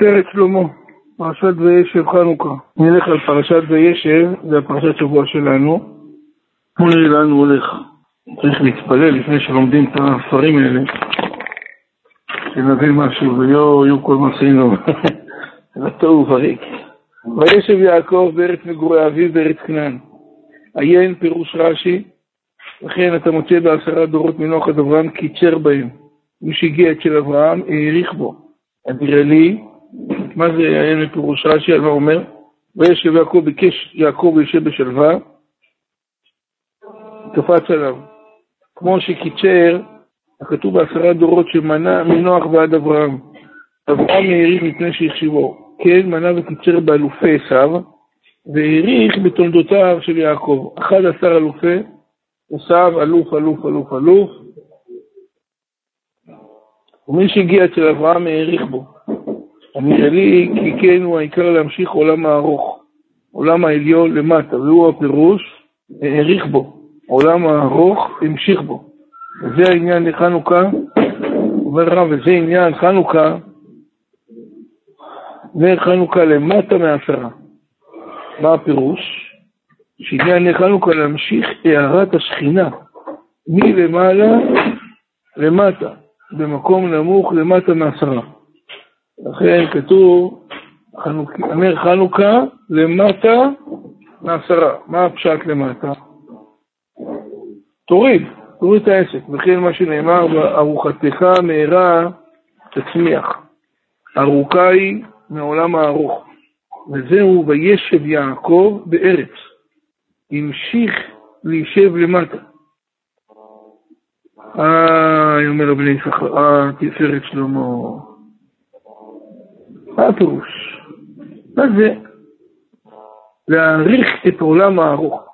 תפארת שלמה, פרשת וישב חנוכה. נלך על פרשת וישב, זה הפרשת שבוע שלנו. בוא נראה לאן הוא הולך. צריך להתפלל לפני שלומדים את הספרים האלה, שנבין משהו ויהיו כל מעשינו. זה טוב וריק. וישב יעקב בארץ מגורי אביו בארץ כנען. עיין פירוש רש"י, לכן אתה מוצא ב10 דורות מנוח עד אברהם קיצר בהם. מי שהגיע אצל אברהם העריך בו. נראה לי, מה זה עיין פירוש רש"י? על מה אומר? וישב יעקב ביקש יעקב יושב בשלווה, קפץ עליו. כמו שקיצר, הכתוב ב10 דורות שמנה מנוח ועד אברהם. אברהם העריך מפני שהחשיבו. כן, מנה וקיצר באלופי עשיו, והעריך בתולדותיו של יעקב. 11 אלופי עשיו, אלוף. ומי שהגיע אצל אברהם העריך בו. נראה לי כי כן הוא העיקר להמשיך עולם הארוך, עולם העליון למטה, והוא הפירוש, העריך בו. עולם הארוך המשיך בו. וזה העניין לחנוכה, אומר רב, וזה עניין חנוכה, וחנוכה למטה מ10. מה הפירוש? שעניין לחנוכה להמשיך הערת השכינה, מלמעלה למטה, במקום נמוך למטה מ10. לכן כתוב, אומר חנוכה למטה מ10. מה הפשט למטה? תוריד את העסק. וכן מה שנאמר, ארוחתך מהרה תצמיח. ארוכה היא מעולם הארוך. וזהו וישב יעקב בארץ. המשיך להישב למטה. אומר רבי יששכר, תפארת שלמה. מה הפירוש? מה זה? להעריך את עולם הארוך.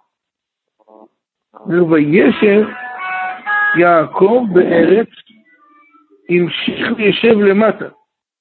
וישב יעקב בארץ, המשיך להישב למטה.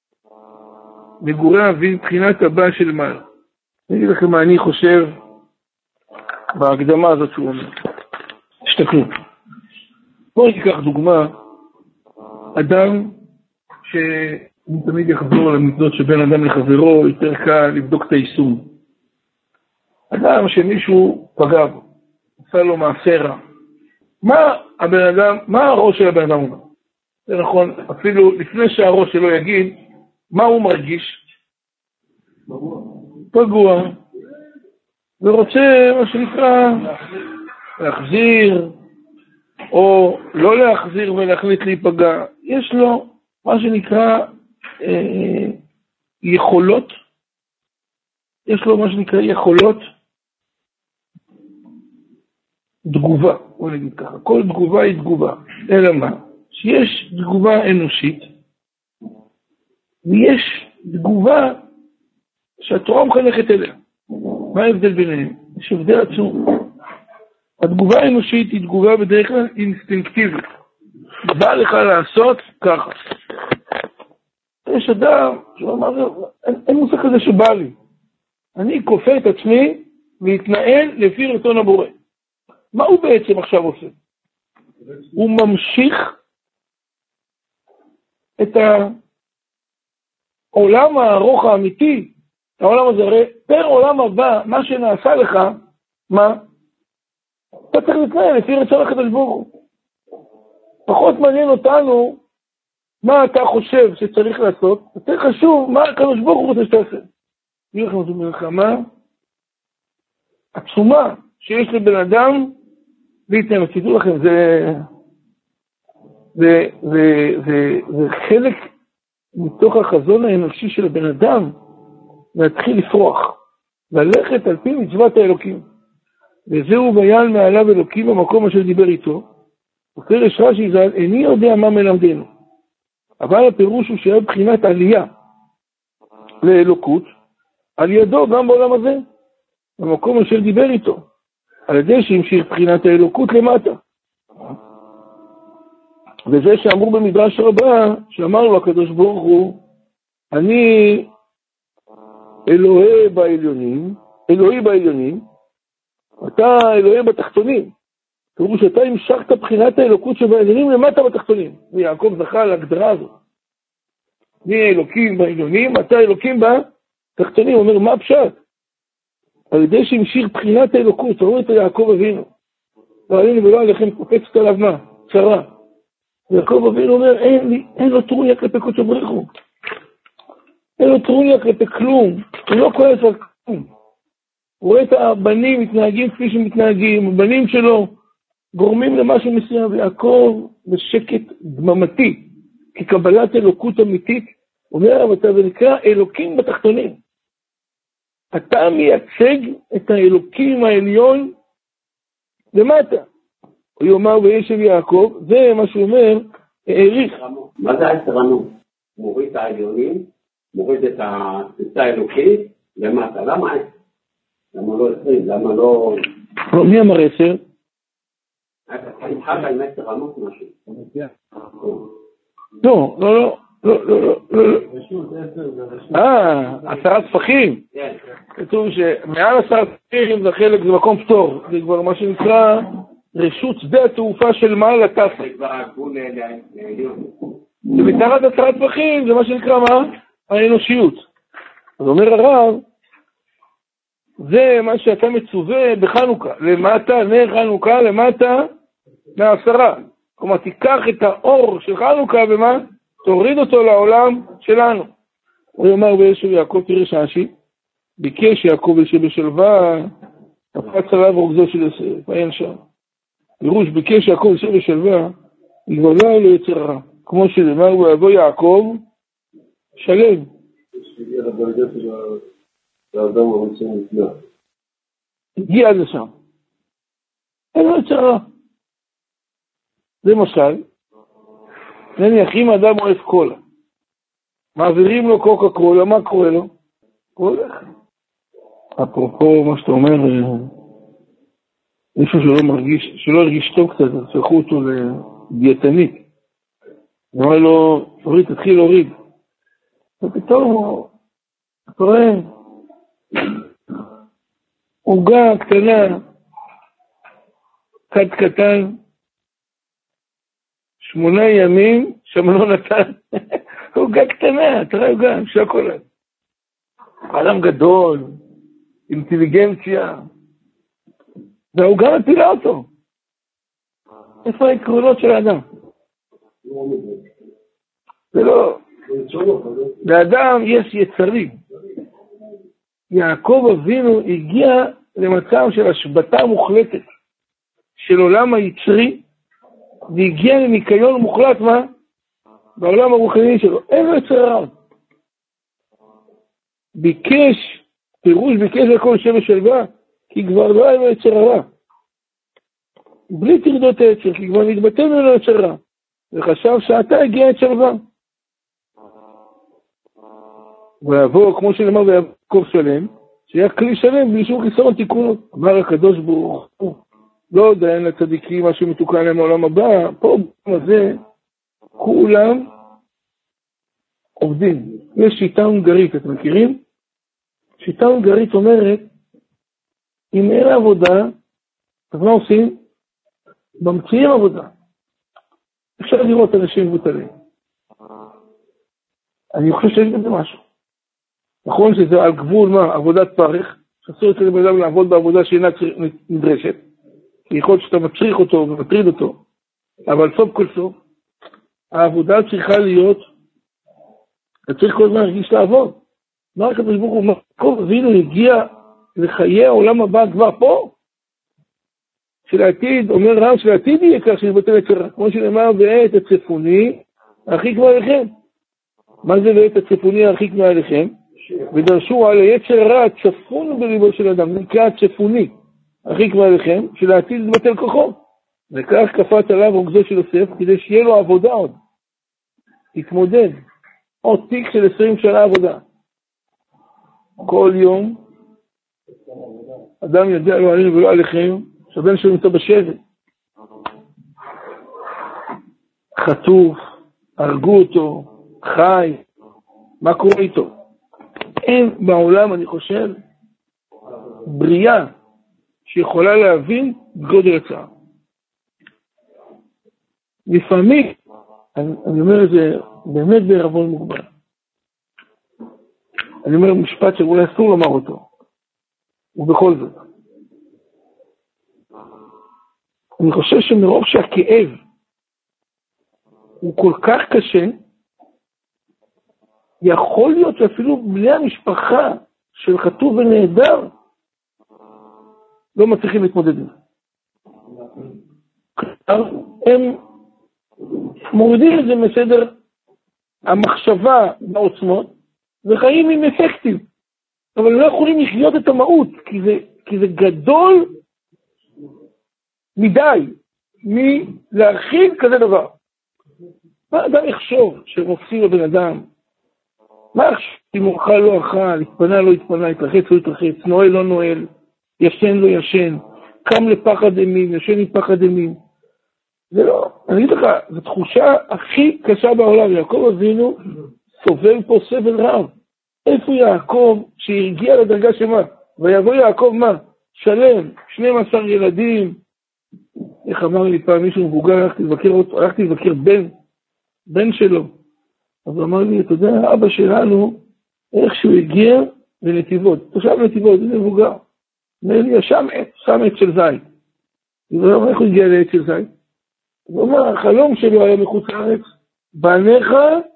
מגורי אביו מבחינת הבא של מעלה. אני אגיד לכם מה אני חושב בהקדמה הזאת שהוא אומר. תשתכלו. בואו ניקח דוגמה, אדם שאני תמיד יחזור למצוות שבין אדם לחברו, יותר קל לבדוק את היישום. אדם שמישהו פגע בו, עשה לו מעשה רע. מה הראש של הבן אדם אומר? זה נכון, אפילו לפני שהראש שלו יגיד, מה הוא מרגיש? פגוע. ורוצה, מה שנקרא, להחזיר, או לא להחזיר ולהחליט להיפגע. יש לו, מה שנקרא, יכולות. יש לו, מה שנקרא, יכולות תגובה. בוא נגיד ככה. כל תגובה היא תגובה. אלא מה? שיש תגובה אנושית, ויש תגובה שהתורה מחנכת אליה. מה ההבדל ביניהם? יש הבדל עצום. התגובה האנושית היא תגובה בדרך כלל אינסטינקטיבית. בא לך לעשות ככה. יש אדם שאומר, אין מושג כזה שבא לי. אני כופה את עצמי להתנהל לפי רצון הבורא. מה הוא בעצם עכשיו עושה? הוא ממשיך את העולם הארוך האמיתי, העולם הזה, הרי פר עולם הבא, מה שנעשה לך, מה? אתה צריך להתנהל לפי רצון הקדוש ברוך הוא. פחות מעניין אותנו מה אתה חושב שצריך לעשות, יותר חשוב מה הקדוש ברוך הוא רוצה שתעשה. נראה לכם, זו מלחמה עצומה שיש לבן אדם להתנהל. תדעו לכם, זה חלק מתוך החזון האנושי של הבן אדם, להתחיל לפרוח, ללכת על פי מצוות האלוקים. וזהו ויעל מעליו אלוקים במקום אשר דיבר איתו. ופרש רש"י ז"ל, איני יודע מה מלמדנו. אבל הפירוש הוא שהיה בחינת עלייה לאלוקות, על ידו גם בעולם הזה, במקום אשר דיבר איתו, על ידי שהמשיך בחינת האלוקות למטה. וזה שאמרו במדרש רבה, שאמר לו הקדוש ברוך הוא, אני אלוהי בעליונים, אתה אלוהי בתחתונים. פירוש שאתה המשכת בחינת האלוקות שבעליונים למטה בתחתונים. ויעקב זכה על ההגדרה הזאת. מי אלוקים בעליונים, אתה אלוקים בתחתונים. הוא אומר, מה הפשט? על ידי שהמשיך בחינת האלוקות, ראו את יעקב אבינו. לא עלינו ולא עליכם, קופצת עליו מה? צרה. ויעקב אבינו אומר, אין לו טרוניה כלפי קודש בריך הוא. אין לו טרוניה כלפי כלום. הוא לא כועס על כלום. הוא רואה את הבנים מתנהגים כפי שמתנהגים, הבנים שלו גורמים למשהו מסוים, ויעקב בשקט דממתי, כקבלת אלוקות אמיתית, אומר, אבל אתה נקרא אלוקים בתחתונים. אתה מייצג את האלוקים העליון למטה. הוא יאמר וישב יעקב, זה מה שהוא אומר, העריך. מה זה העשרנות? מוריד את העליונים, מוריד את התפיסה האלוקית למטה. למה 10? למה לא 20? למה לא... מי אמר 10? אתה נמחק על 10 רמות משהו. לא. 10 טפחים. כתוב שמעל 10 טפחים זה חלק, זה מקום פטור. זה כבר מה שנקרא רשות שדה התעופה של מעל הטסה. זה כבר הגבול לעליון. ומתחת 10 טפחים זה מה שנקרא מה? האנושיות. אז אומר הרב, זה מה שאתה מצווה בחנוכה. למטה, נר חנוכה, למטה מה10. כלומר, תיקח את האור של חנוכה ומה? תוריד אותו לעולם שלנו. הוא יאמר וישב יעקב, תראה שעשי, ביקש יעקב וישב בשלווה, קפץ עליו רוגזו של יוסף, אין שם. פירוש ביקש יעקב וישב בשלווה, יגבלה לו יצר רע. כמו שנאמר, ויבוא יעקב שלם. הגיע עד לשם. אין לו יצר רע. זה משל, נניח אם אדם אוהב קולה, מעבירים לו קוקה קולה, מה קורה לו? הוא הולך. אפרופו מה שאתה אומר, מישהו שלא הרגיש טוב קצת, אז שלחו אותו לדיאטנית. הוא אמר לו, תתחיל להוריד. ופתאום, אתה רואה, עוגה קטנה, קד קטן, 8 ימים, שם לא נתן, עוגה קטנה, אתה רואה עוגה, שוקולד. אדם גדול, אינטליגנציה, והעוגה מפילה אותו. איפה העקרונות של האדם? זה לא, לאדם יש יצרים. יעקב אבינו הגיע למצב של השבתה מוחלטת של עולם היצרי, והגיע לניקיון מוחלט, מה? בעולם הרוחני שלו. אין לו יצר רע. פירוש ביקש לכל שם ושלווה, כי כבר לא היה לו יצר רע. בלי תרדות היצר, כי כבר נתבטא ממנו יצר רע. וחשב שאתה הגיע את שלווה. ויבוא, כמו שנאמר, ויעקב שלם, שהיה כלי שלם בלי שום חיסרון תיקונות. אמר הקדוש ברוך הוא, לא דיין לצדיקים מה שמתוקן להם העולם הבא, פה בזה כולם עובדים. יש שיטה הונגרית, אתם מכירים? שיטה הונגרית אומרת, אם אין עבודה, אז מה עושים? ממציאים עבודה. אפשר לראות אנשים מבוטלים. אני חושב שיש בזה משהו. נכון שזה על גבול מה? עבודת פרך, שאסור אצל בן אדם לעבוד בעבודה שאינה נדרשת. כי יכול להיות שאתה מצריך אותו ומטריד אותו. אבל סוף כל סוף, העבודה צריכה להיות, אתה צריך כל הזמן להרגיש לעבוד. מה הקדוש ברוך הוא, יעקב אבינו הגיע לחיי העולם הבא כבר פה? שלעתיד, אומר רב, שלעתיד יהיה כך שיתבטל יצר רע. כמו שנאמר, ואת הצפוני הרחיק מעליכם. מה זה ואת הצפוני הרחיק מעליכם? ודרשו על היצר רע צפון בליבו של אדם, נקרא הצפוני הרחיק מעליכם, שלעתיד יתבטל כוחו. וכך קפץ עליו רוגזו של יוסף, כדי שיהיה לו עבודה עוד. תתמודד. עוד תיק של 20 שנה עבודה. כל יום, אדם יודע לא עלינו ולא עליכם, שהבן שלו נמצא בשבט. חטוף, הרגו אותו, חי, מה קורה איתו? אין בעולם, אני חושב, בריאה שיכולה להבין גודל הצער. לפעמים, אני אומר את זה באמת בערבון מוגבל, אני אומר משפט שאולי אסור לומר אותו, ובכל זאת. אני חושב שמרוב שהכאב הוא כל כך קשה, יכול להיות שאפילו בני המשפחה של חטוף ונהדר לא מצליחים להתמודד עם זה. הם מורידים את זה מסדר המחשבה בעוצמות, וחיים עם אפקטים, אבל לא יכולים לחיות את המהות, כי זה גדול מדי מלהכיל כזה דבר. מה אדם יחשוב שרופסים לבן אדם? מה יחשוב אם הוא אכל לא אכל, התפנה לא התפנה, התרחץ לא התרחץ, נועל לא נועל, ישן לא ישן, קם לפחד אימים, ישן לפחד אימים? זה לא, אני אגיד לך, זו תחושה הכי קשה בעולם. יעקב אבינו סובל פה סבל רב. איפה יעקב שהגיע לדרגה שמה? ויבוא יעקב מה? שלם, 12 ילדים. איך אמר לי פעם מישהו מבוגר, הלכתי לבקר בן שלו. אז הוא אמר לי, אתה יודע, אבא שלנו, איך שהוא הגיע לנתיבות. תושב לנתיבות, זה מבוגר. אומר לי, שם עץ של זית. הוא אומר, איך הוא הגיע לעץ של זית? הוא אומר, החלום שלו היה מחוץ לארץ, בניך,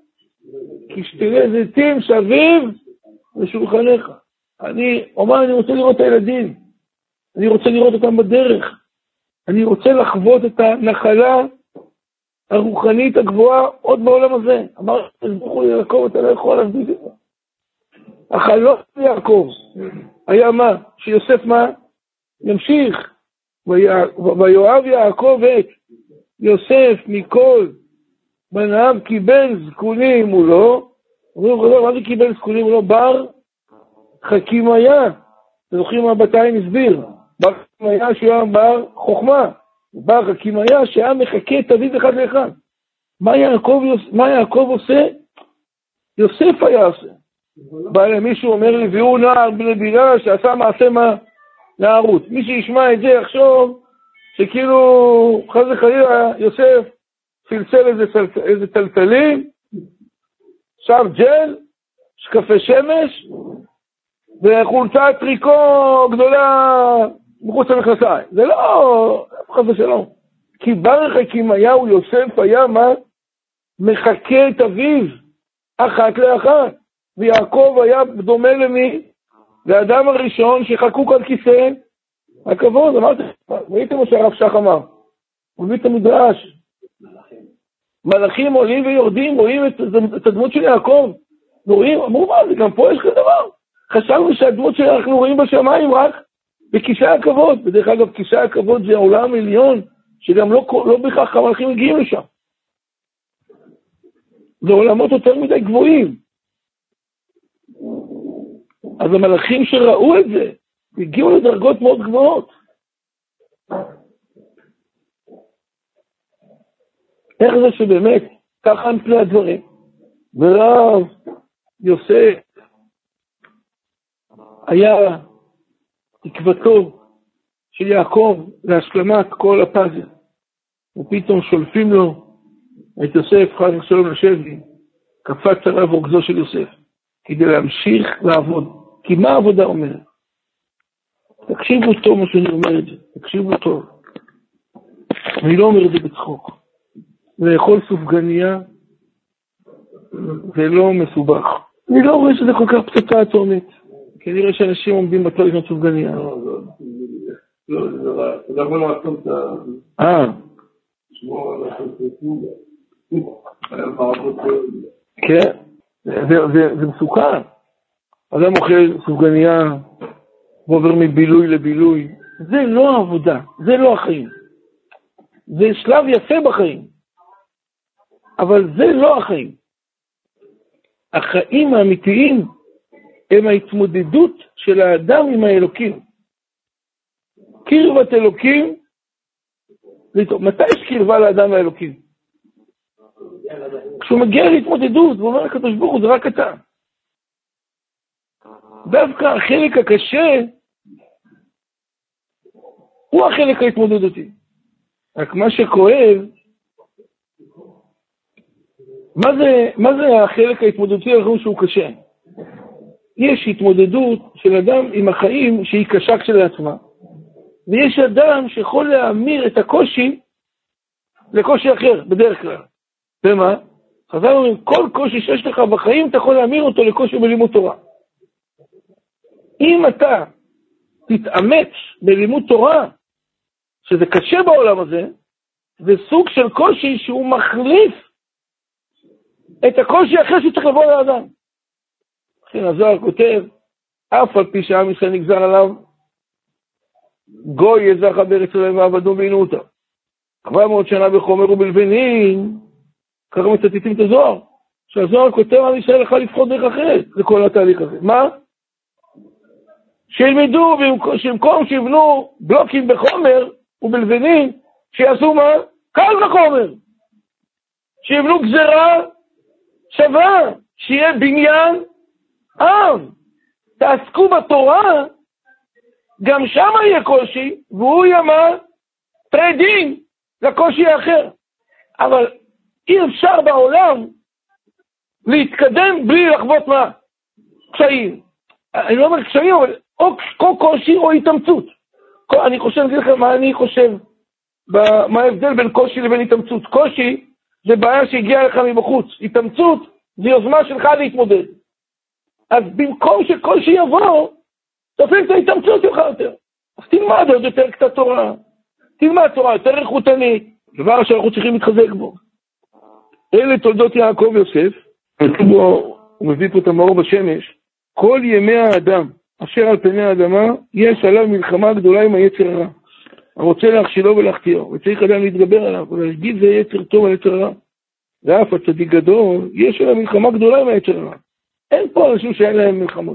כשתראה זיתים סביב לשולחניך. אני רוצה לראות את הילדים, אני רוצה לראות אותם בדרך, אני רוצה לחוות את הנחלה הרוחנית הגבוהה עוד בעולם הזה. אמר, תזבחו ליעקב, אתה לא יכול להסביר את זה. החלום ליעקב היה מה? שיוסף מה? ימשיך, ויואב יעקב את יוסף מכל בניו קיבל זקונים מולו. אומרים, מה זה קיבל זקונים מולו? בר חכימיה. אתם זוכרים מה בתיים הסביר? בר חכימיה שהיה בר חוכמה. בר חכימיה שהיה מחכה את אביו אחד לאחד. מה יעקב עושה? יוסף היה עושה. בא למישהו אומר לי, והוא נער בני בירה שעשה מעשה מה? נערות. מי שישמע את זה יחשוב שכאילו חס וחלילה יוסף פלצל איזה טלטלים, שם ג'ל, שקפה שמש, וחולצה טריקו גדולה מחוץ למכנסיים. זה לא, חס ושלום. כי בר חכימיה יוסף היה מה? מחכה את אביו אחת לאחת. ויעקב היה דומה למי? לאדם הראשון שחקוק על כיסא הכבוד. אמרתי, ראיתם מה שהרב שח אמר? הוא מביא את המדרש. מלאכים עולים ויורדים, רואים את הדמות של יעקב. אמרו מה, זה גם פה יש כזה דבר. חשבנו שהדמות שאנחנו רואים בשמיים רק בכיסא הכבוד. בדרך אגב, כיסא הכבוד זה העולם העליון, שגם לא בכך המלאכים מגיעים לשם. זה עולמות יותר מדי גבוהים. אז המלאכים שראו את זה, הגיעו לדרגות מאוד גבוהות. איך זה שבאמת, ככה הם פני הדברים. ורב יוסף היה תקוותו של יעקב להשלמת כל הפאזל. ופתאום שולפים לו את יוסף, חס ושלום לשבי, קפץ עליו רוגזו של יוסף, כדי להמשיך לעבוד. כי מה העבודה אומרת? תקשיבו טוב מה שאני אומר את זה, תקשיבו טוב. אני לא אומר את זה בצחוק. לאכול סופגניה זה לא מסובך. אני לא רואה שזה כל כך פצצה אטומית. כי אני רואה שאנשים עומדים בתור לקנות סופגניה. לא, זה יכול לעשות את לשמור על הסופגניה. כן, זה מסוכן. אדם אוכל סופגניה ועובר מבילוי לבילוי. זה לא העבודה, זה לא החיים. זה שלב יפה בחיים. אבל זה לא החיים. החיים האמיתיים הם ההתמודדות של האדם עם האלוקים. קרבת אלוקים, מתי יש קרבה לאדם לאלוקים? כשהוא מגיע להתמודדות, הוא אומר לקדוש ברוך הוא, זה רק אתה. דווקא החלק הקשה הוא החלק ההתמודדותי. רק מה שכואב, מה זה החלק ההתמודדותי שהוא קשה? יש התמודדות של אדם עם החיים שהיא קשה כשלעצמה, ויש אדם שיכול להמיר את הקושי לקושי אחר, בדרך כלל. ומה? חז"ל אומרים, כל קושי שיש לך בחיים, אתה יכול להמיר אותו לקושי בלימוד תורה. אם אתה תתאמץ בלימוד תורה, שזה קשה בעולם הזה, זה סוג של קושי שהוא מחליף את הקושי אחר שצריך לבוא לאדם. לכן הזוהר כותב, אף על פי שעם ישראל נגזר עליו, גוי יזרח בארץ ישראל ועבדו ועינו אותה. 400 שנה בחומר ובלבנים, ככה מצטטים את הזוהר, שהזוהר כותב עם ישראל יכול לפחות דרך אחרת לכל התהליך הזה. מה? שילמדו, שבמקום שיבנו בלוקים בחומר ובלבנים, שיעשו מה? קל בחומר. שיבנו גזרה שווה, שיהיה בניין עם. תעסקו בתורה, גם שם יהיה קושי, והוא יאמר טריידין לקושי האחר. אבל אי אפשר בעולם להתקדם בלי לחוות מה? קשיים. אני לא אומר קשיים, אבל או קושי או התאמצות. אני חושב, אני אגיד לכם מה אני חושב, מה ההבדל בין קושי לבין התאמצות. קושי זה בעיה שהגיעה לך מבחוץ. התאמצות זה יוזמה שלך להתמודד. אז במקום שקושי יבוא, תפעיל את ההתאמצות שלך יותר. אז תלמד עוד יותר קצת תורה. תלמד תורה יותר איכותנית, דבר שאנחנו צריכים להתחזק בו. אלה תולדות יעקב יוסף, הוא מביא פה את המאור בשמש, כל ימי האדם אשר על פני האדמה, יש עליו מלחמה גדולה עם היצר הרע. הרוצה להכשילו ולהחטיאו, וצריך אדם להתגבר עליו, ולהגיד זה יצר טוב על יצר הרע. ואף הצדיק גדול, יש עליו מלחמה גדולה עם היצר הרע. אין פה אנשים שאין להם מלחמות.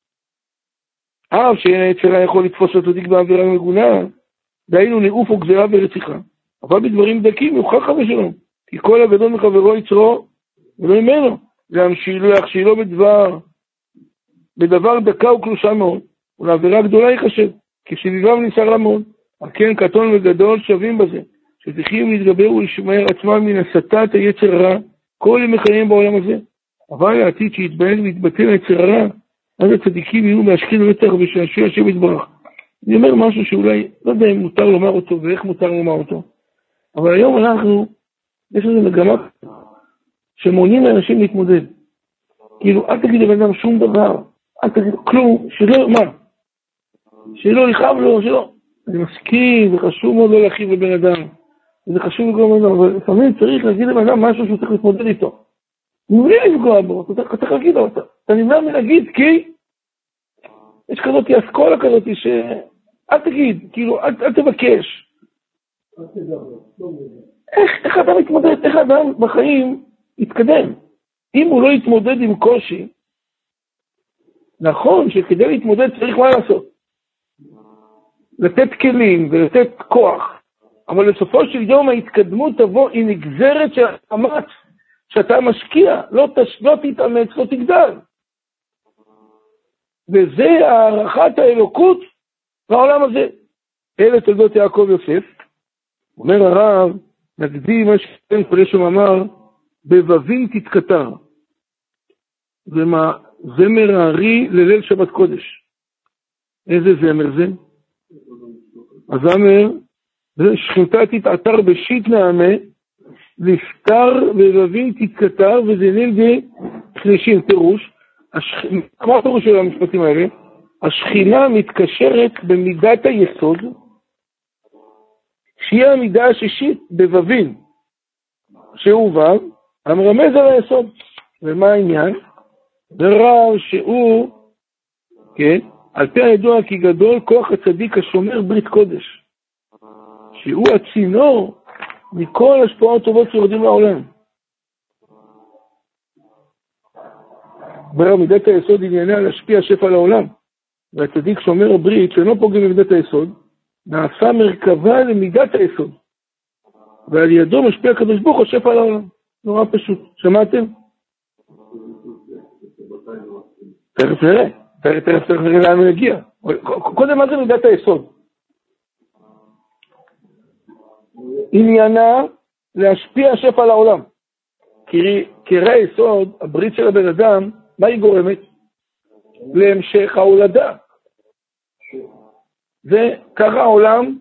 אף שהיצר הרע יכול לתפוס הצדיק בעבירה מגונה, דהיינו נעוף או גזירה ורציחה. אבל בדברים דקים יוכל חבר שלום. כי כל הגדול מחברו יצרו, ולא ממנו. להכשילו בדבר דקה וקלושה מאוד, ולעבירה גדולה ייחשב, כשביבם ניסר למון. כן, קטון וגדול שווים בזה, שצריכים להתגבר ולשמר עצמם מן הסתת היצר הרע, כל ימי חייהם בעולם הזה. אבל לעתיד שיתבהל ויתבטל היצר הרע, אז הצדיקים יהיו להשכין רצח ושעשוע השם יתברך. אני אומר משהו שאולי, לא יודע אם מותר לומר אותו ואיך מותר לומר אותו, אבל היום יש לנו מגמה שמונעים לאנשים להתמודד. כאילו, אל תגיד לבן אדם שום דבר, אל תגיד כלום, שלא, מה? שלא יכאב לו, שלא. אני מסכים, זה חשוב מאוד לא להכאיב לבן אדם, זה חשוב לכל בן אדם, אבל לפעמים צריך להגיד לבן אדם משהו שהוא צריך להתמודד איתו. נמנע לפגוע בו, אתה צריך להגיד אותה. אתה נמנע מלהגיד, כי יש כזאת אסכולה כזאת אל תגיד, כאילו, אל תבקש. איך אדם מתמודד, איך אדם בחיים יתקדם? אם הוא לא יתמודד עם קושי, נכון שכדי להתמודד צריך מה לעשות? לתת כלים ולתת כוח, אבל בסופו של יום ההתקדמות תבוא, היא נגזרת של המאמץ שאתה משקיע, לא תתאמץ, לא תגדל. וזה הערכת האלוקות בעולם הזה. אלה תולדות יעקב יוסף. אומר הרב, נקדים מה שכן פרשום אמר, בבבין תתקטר. זמר הארי לליל שבת קודש. איזה זמר זה? הזמר, שכינתה תתעתר בשיט נעמה, לפתר בבבין תתקטר, וזה ליל חלישים, פירוש. מה הפירוש של המשפטים האלה? השכינה מתקשרת במידת היסוד, שהיא המידה השישית בבבין, שהוא וו, המרמז על היסוד. ומה העניין? דבר שהוא, כן, על פי הידוע כי גדול כוח הצדיק השומר ברית קודש, שהוא הצינור מכל השפעות טובות שיורדים לעולם. מידת היסוד ענייניה להשפיע שפע לעולם, והצדיק שומר ברית שאינו פוגם במידת היסוד, נעשה מרכבה למידת היסוד, ועל ידו משפיע הקדוש ברוך הוא שפע לעולם. נורא פשוט. שמעתם? תכף נראה לאן הוא יגיע. קודם, מה זה מידת היסוד? עניינה להשפיע שפע לעולם. כי ראה היסוד, הברית של הבן אדם, מה היא גורמת? להמשך ההולדה. וככה העולם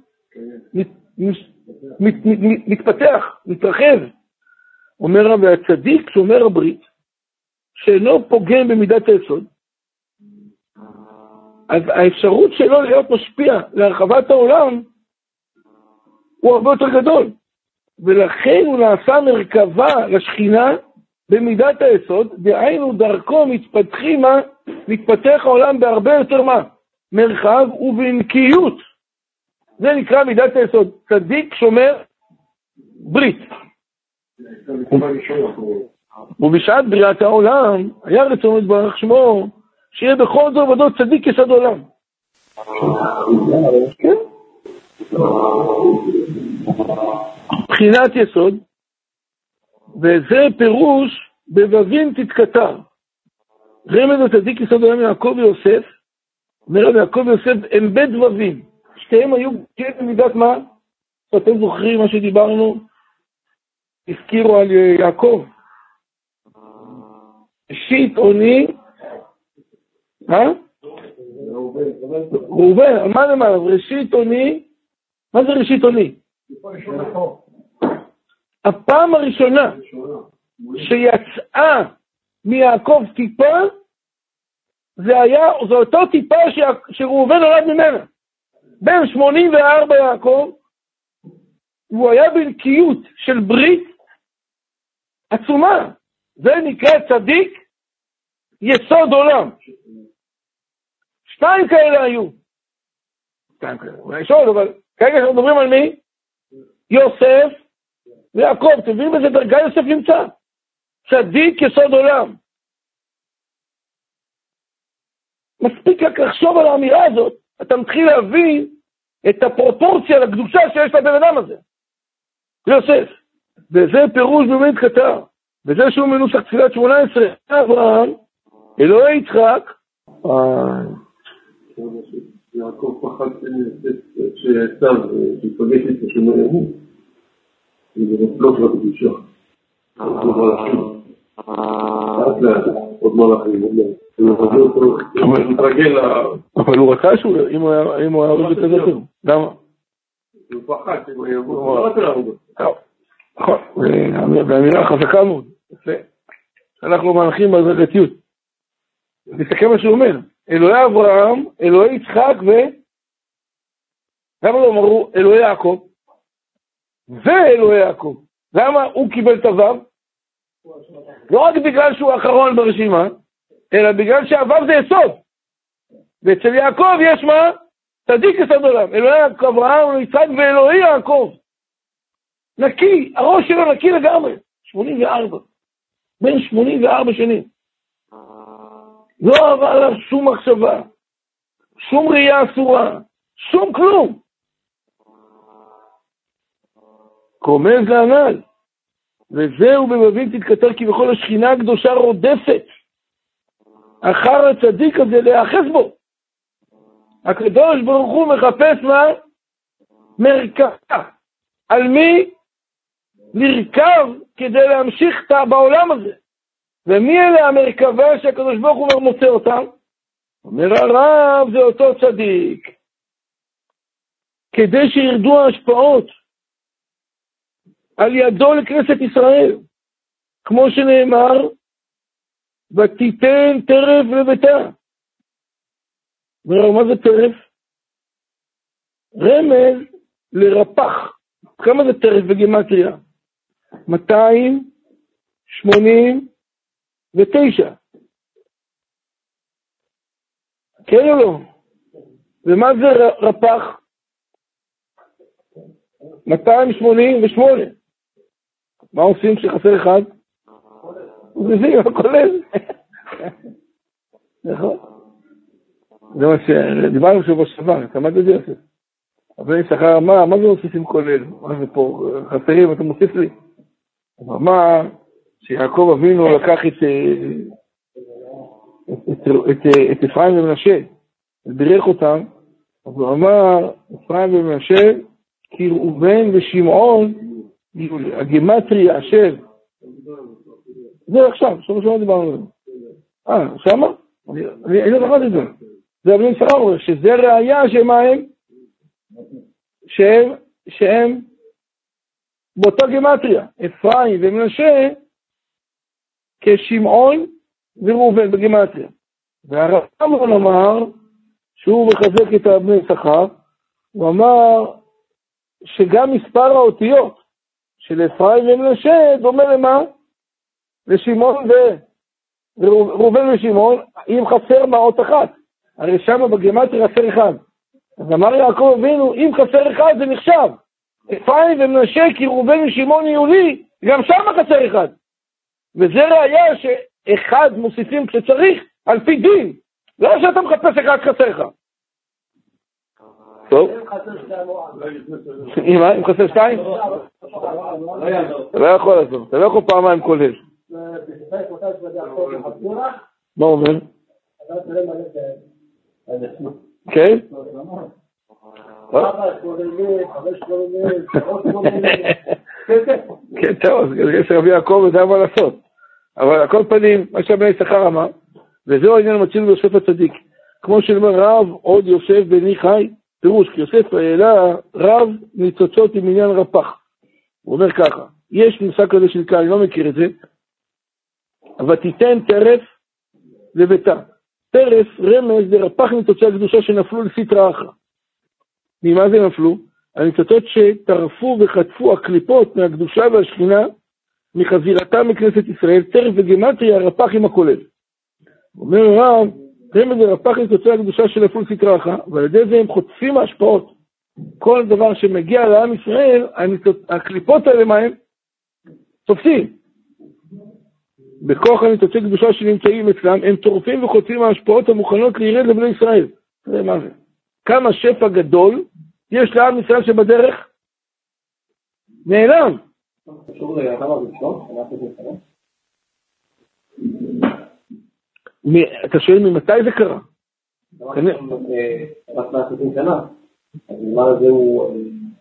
מתפתח, מתרחב. אומר רבי הצדיק, שאומר הברית, שאינו פוגם במידת היסוד, אז האפשרות שלו להיות משפיע להרחבת העולם הוא הרבה יותר גדול, ולכן הוא נעשה מרכבה לשכינה במידת היסוד, דהיינו דרכו מתפתח העולם בהרבה יותר מרחב ובנקיות. זה נקרא מידת היסוד, צדיק שומר ברית. ובשעת בריאת העולם היה רצון יתברך שמו שיהיה בכל זאת ובדות צדיק יסוד עולם. כן? בחינת יסוד, וזה פירוש בבבים תתקטר. רמז הצדיק יסוד עולם יעקב ויוסף, אומר יעקב ויוסף הם בית בבים, שתיהם היו במידת מה? אתם זוכרים מה שדיברנו? הזכירו על יעקב. ראשית עוני, ראובן, מה נאמר? ראשית עוני, מה זה ראשית עוני? הפעם הראשונה שיצאה מיעקב טיפה, זה אותו טיפה שראובן נולד ממנה. בן 84 יעקב, הוא היה בנקיות של ברית עצומה. זה נקרא צדיק יסוד עולם. שתיים כאלה היו. אולי שואל, אבל כרגע אנחנו מדברים על מי? יוסף ויעקב. אתם מבינים באיזה דרגה יוסף נמצא? צדיק יסוד עולם. מספיק רק לחשוב על האמירה הזאת, אתה מתחיל להבין את הפרופורציה לקדושה שיש לבן אדם הזה. יוסף. וזה פירוש באמת קטר. וזה שהוא מנוסח תפילת 18. אברהם, אלוהי יצחק. יעקב פחד שיצא ושפגש את השומר ימות. זה נפלוק לקדושה. עוד מלאכים. אבל הוא רצה שהוא, אם הוא היה הורג את זה, למה? הוא פחד שהוא יבוא, הוא לא רצה להרוג. נכון, והאמירה חזקה מאוד. אנחנו מנחים בהדרגתיות. תסתכל מה שהוא אומר. אלוהי אברהם, אלוהי יצחק למה לא אמרו אלוהי יעקב? ואלוהי יעקב. למה הוא קיבל את הוו? לא רק בגלל שהוא האחרון ברשימה, אלא בגלל שהוו זה יסוד. ואצל יעקב יש מה? צדיק יסוד עולם. אלוהי אברהם, אלוהי יצחק ואלוהי יעקב. נקי, הראש שלו נקי לגמרי. 84. בין 84 שנים. לא עבר עליו שום מחשבה, שום ראייה אסורה, שום כלום. קומז להנ"ל. וזהו בבבים תתכתר כי בכל השכינה הקדושה רודפת אחר הצדיק הזה להיאחז בו. הקדוש ברוך הוא מחפש מה? מרכבה. על מי? לרכב כדי להמשיך בעולם הזה. ומי אלה המרכבה שהקדוש ברוך הוא מוצא אותם? אומר הרב, זה אותו צדיק. כדי שירדו ההשפעות על ידו לכנסת ישראל. כמו שנאמר, ותיתן טרף לביתה. אומר, מה זה טרף? רמז לרפח. כמה זה טרף בגימטריה? 289. כן או לא? ומה זה רפח? 288. מה עושים כשחסר אחד? מביאים, הכולל. נכון. זה מה שדיברנו שבוע שעבר, אתה למד את זה יוסף. אבל אני שכר, מה זה מוסיפים כולל? מה זה פה? חסרים, אתה מוסיף לי? מה שיעקב אבינו לקח את אפרים ומנשה, בירך אותם, אז הוא אמר, אפרים ומנשה, כי ראובן ושמעון, הגימטריה של, זה עכשיו, שמה דיברנו על זה. שמה? אני לא זוכר את זה. זה אבני שרה אומר, שזה ראיה שמה הם? שהם באותו גימטריה. אפרים ומנשה כשמעון וראובן בגימטריה. והרמב"ם אמר שהוא מחזק את אבני שכר, הוא אמר שגם מספר האותיות של אפרים ומנשה דומה למה? לשמעון וראובן ושמעון, אם חסר מעות אחת. הרי שם בגימטריה חסר אחד. אז אמר יעקב אבינו, אם חסר אחד זה נחשב. אפרים ומנשה כי ראובן ושמעון יהיו לי, גם שם חסר אחד. וזה ראיה שאחד מוסיפים כשצריך על פי דין. לא שאתה מחפש אחד חסר לך. טוב. אם חסר שתיים? אתה לא יכול לעשות. אתה לא יכול פעמיים כולל. מה אומר? כן? כן, טוב, יש רבי יעקב יודע מה לעשות. אבל על כל פנים, מה שבני שכר אמר, וזהו העניין המצוי ביוסף הצדיק. כמו שאומר רב עוד יוסף בני חי, פירוש, כי יוסף העלה רב ניצוצות עם עניין רפ"ח. הוא אומר ככה, יש מושג כזה של כאן, אני לא מכיר את זה, אבל תיתן טרף לביתה. טרף רמז לרפ"ח ניצוצי הקדושה שנפלו לסטרא אחרא. ממה זה נפלו? הניצוצות שטרפו וחטפו הקליפות מהקדושה והשכינה מחזירתם מכנסת ישראל, טרף וגימטריה הרפ"ח עם הכולל. אומר הרב, רמז לרפ"ח ניצוצי הקדושה שנפלו לסטרא אחרא, ועל ידי זה הם חוטפים ההשפעות. כל דבר שמגיע לעם ישראל, הקליפות האלה מה הם? תופסים. בכוח הניצוצי קדושה שנמצאים אצלם, הם טורפים וחוטפים ההשפעות המוכנות להירד לבני ישראל. זה מה זה? כמה שפע גדול יש לעם ישראל שבדרך נעלם. אתה שואל ממתי זה קרה? רק 120 שנה. אז נאמר הזה הוא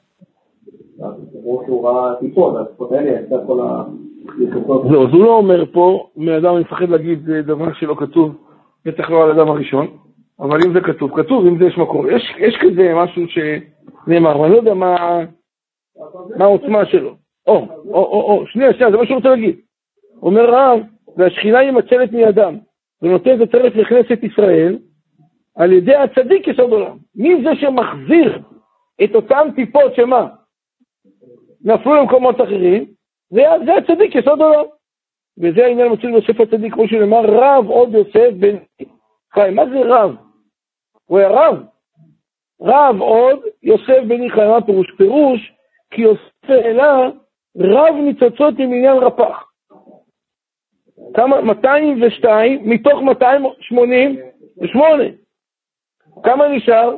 ראה טיפות, הטיפות האלה, הייתה כל הטיפות. זהו, אז הוא לא אומר פה, מאדם אני מפחד להגיד דבר שלא כתוב, בטח לא על אדם הראשון, אבל אם זה כתוב, כתוב, אם זה יש מקור. יש כזה משהו שנאמר, אבל אני לא יודע מה העוצמה שלו. שנייה, זה מה שהוא רוצה להגיד. אומר רב, והשכינה היא מצלת מאדם, ונותן את טרף לכנסת ישראל, על ידי הצדיק יסוד עולם. מי זה שמחזיר את אותם טיפות שמה? נפלו למקומות אחרים, זה הצדיק יסוד עולם. וזה העניין מצוי ביוסף הצדיק, כמו שנאמר, רב עוד יוסף בן חי. מה זה רב? הוא היה רב. רב עוד יוסף בן חי. מה פירוש? פירוש כי יוסף העלה רב ניצוצות עם עניין רפ"ח. כמה? 202 מתוך 288. כמה נשאר?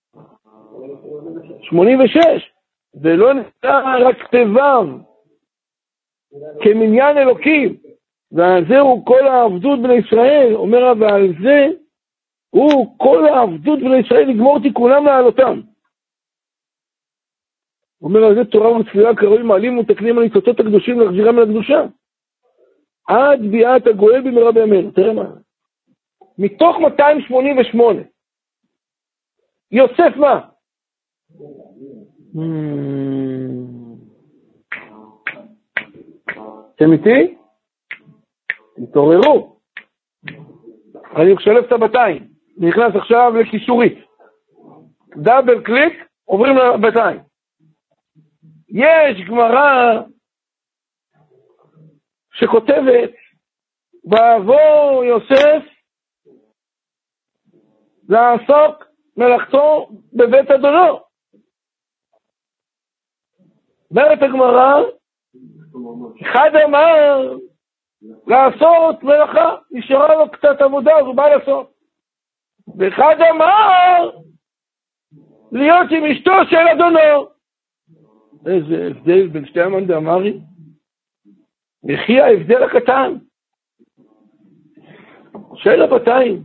86. ולא נשאר רק כתביו כמניין אלוקים. ועל זה הוא כל העבדות בני ישראל. אומר ועל זה הוא כל העבדות בני ישראל לגמור תיקונם לעלותם. אומר על זה תורה ותפילה קרוי מעלים ותקנים הניצוצות הקדושים להחזירם לקדושה. עד ביאת הגואל במהרה בימינו. תראה מה. מתוך 288. יוסף מה? אתם איתי? תתעוררו. אני משלב את הבתיים. נכנס עכשיו לקישורית. דאבל קליק, עוברים לבתיים. יש גמרא שכותבת, בעבור יוסף לעסוק מלאכתו בבית אדונו. אומרת הגמרא, אחד אמר לעשות מלאכה, נשארה לו קצת עבודה, אז הוא בא לעשות. ואחד אמר להיות עם אשתו של אדונו. איזה הבדל בין שתי המאן דאמרי. וכי ההבדל הקטן של הבתיים.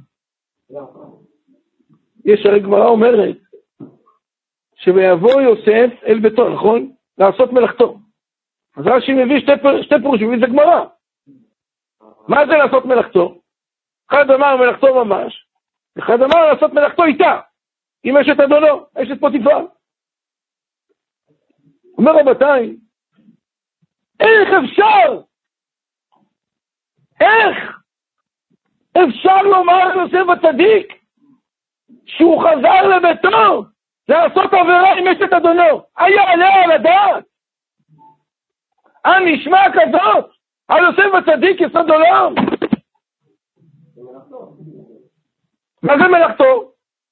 יש הרי גמרא אומרת שיבוא יוסף אל ביתו, נכון? לעשות מלאכתו. אז רש"י מביא שתי פירושים, מביא זה גמרא. מה זה לעשות מלאכתו? אחד אמר מלאכתו ממש, אחד אמר לעשות מלאכתו איתה, עם אשת אדונו, אשת פוטיפר. אומר רבותיי, איך אפשר לומר יוסף הצדיק שהוא חזר לביתו לעשות עבירה עם אשת אדונו? היה עליה על הדעת? נשמע כזאת על יוסף הצדיק יסוד עולם? מה זה מלאכתו?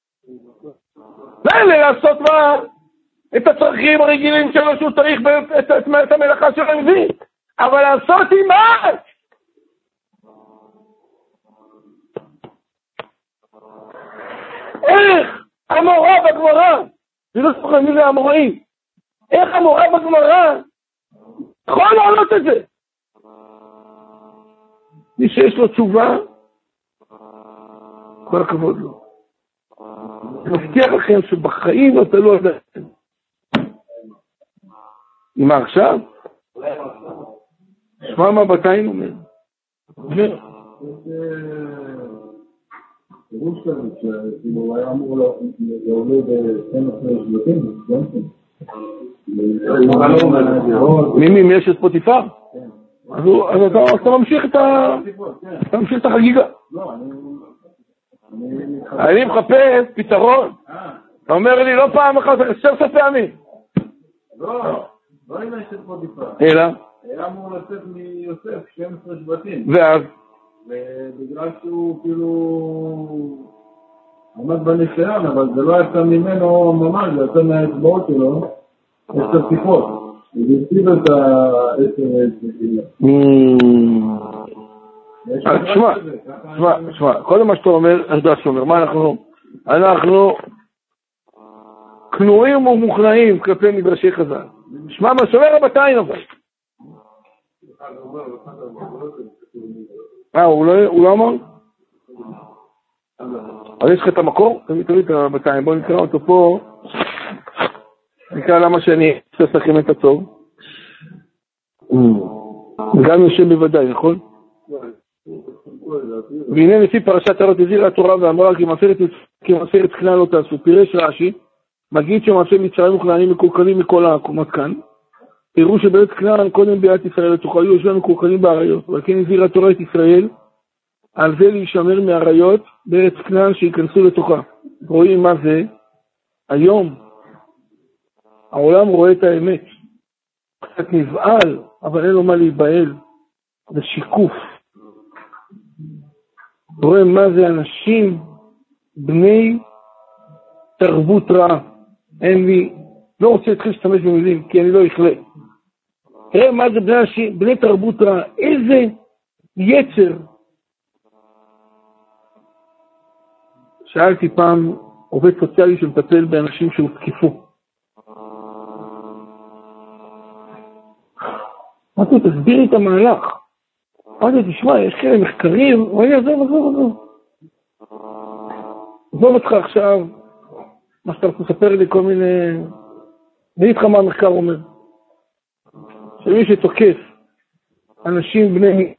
ואלה לעשות מה? את הצרכים הרגילים שלו שהוא צריך את המלאכה שלו מביא, אבל לעשות עם מה? איך המורה בגמרא, אני לא זוכר מי זה המוראים, איך המורה בגמרא יכול לעלות את זה? מי שיש לו תשובה, כל הכבוד לו. אני מבטיח לכם שבחיים אתה לא יודע. מה עכשיו? שמע מה בתיים אומר. פירוש כזה, שהוא היה אמור לעולה ב-12 שבטים, מי יש את פוטיפר? אז אתה ממשיך את החגיגה. אני מחפש פתרון. אתה אומר לי לא פעם אחת, 10 פעמים. לא עם אשת פוטיפר. אלא? היה אמור לצאת מיוסף 12 שבטים. ואז? ובגלל שהוא כאילו עמד בניסיון, אבל זה לא יצא ממנו ממש, זה יצא מהאצבעות שלו, 10 טיפות. הוא הרטיב את תשמע, קודם מה שאתה אומר, מה אנחנו כנועים ומוכנעים כלפי מדרשי חז"ל. שמע מה שאומר רבותיי אבל. הוא לא אמר? אז יש לך את המקור? תביא את רבותיי, בואו נקרא אותו פה. נקרא למה שאני אעשה לכם את הטוב. גם יושב בוודאי, נכון? והנה לפי פרשת הרות הזהירה התורה ואמרה כי מעשרת כנען לא תעשו. פירש רש"י, מגיד שמעשה מצרים וכנענים מקולקלים מכל העקומות כאן. פירוש שבארץ כנען קודם ביאת ישראל לתוכה היו יושבים מקולקלים באריות, אבל כן הזהירה התורה את ישראל על זה להישמר מהאריות בארץ כנען שיכנסו לתוכה. רואים מה זה? היום העולם רואה את האמת, קצת נבעל, אבל אין לו מה להיבהל. זה שיקוף. רואה מה זה אנשים בני תרבות רעה. אין לי, לא רוצה להתחיל להשתמש במילים, כי אני לא אכלה. תראה מה זה בני תרבות רעה. איזה יצר. שאלתי פעם עובד סוציאלי שמטפל באנשים שהותקפו. אמרתי, תסביר לי את המהלך. אמרתי, תשמע, יש כאלה מחקרים, ואני עזוב. עזוב אותך עכשיו, מה שאתה מספר לי כל מיני... אני איתך מה המחקר אומר. שמי שתוקף אנשים בני...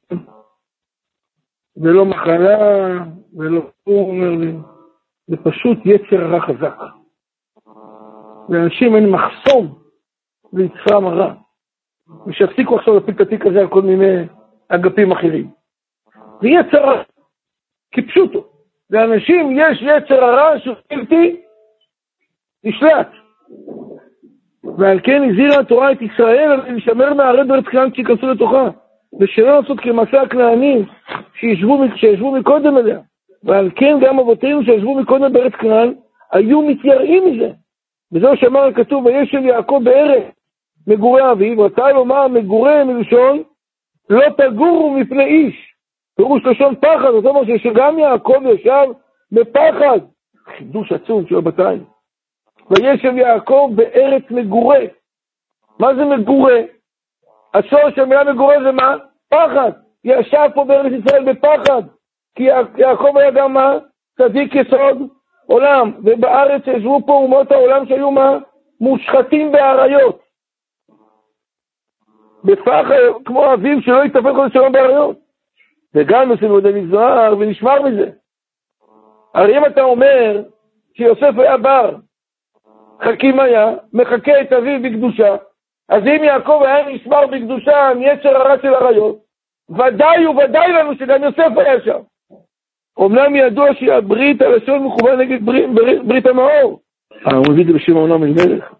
ולא מחלה, ולא... הוא אומר לי, זה פשוט יצר הרע חזק. לאנשים אין מחסום ליצרם הרע. ושהפסיקו עכשיו להפיל את התיק הזה על כל מיני אגפים אחרים. זה יצר הרע, כפשוטו. לאנשים יש יצר הרע שבלתי נשלט. ועל כן הזהירה התורה את ישראל להישמר מהאריות בארץ כנען שיכנסו לתוכה, ושלא לעשות כמעשה הכנענים שישבו מקודם אליה. ועל כן גם אבותינו שישבו מקודם בארץ כנען היו מתייראים מזה. וזהו שאמר הכתוב, וישב יעקב בארץ מגורי אביו, רצה לומר מגורי מלשון לא תגורו מפני איש. פירוש לשון פחד, זאת אומרת שגם יעקב ישב בפחד. חידוש עצום של רבותיי. וישב יעקב בארץ מגורי. מה זה מגורי? השורש של המילה מגורי זה מה? פחד. ישב פה בארץ ישראל בפחד. כי יעקב היה גם מה? צדיק יסוד עולם. ובארץ ישבו פה אומות העולם שהיו מה? מושחתים באריות. בפחד, כמו אביו שלא יתפל חודש שלום באריות. וגם בסמוד המזוהר, ונשמר מזה. הרי אם אתה אומר שיוסף היה בר, חכים היה, מחכה את אביו בקדושה, אז אם יעקב היה נשמר בקדושה מיצר הרע של עריות, ודאי וודאי לנו שגם יוסף היה שם. אמנם ידוע שהברית הלשון מכוון נגד ברית המאור. הוא מביא את זה בשם העולם אלימלך.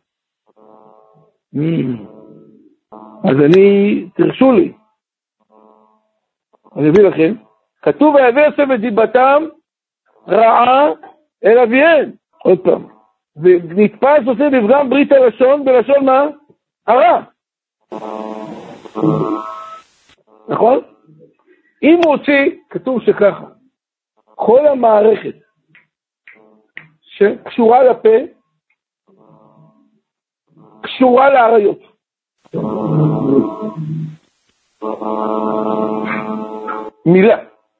אז תרשו לי. אני אביא לכם. כתוב ויבא יוסף את דיבתם רעה אל אביהם. עוד פעם. ונתפס עושה בפגם ברית הלשון, בלשון מה? הרע. נכון? אם הוא הוציא, כתוב שככה. כל המערכת שקשורה לפה, קשורה לעריות. מילה.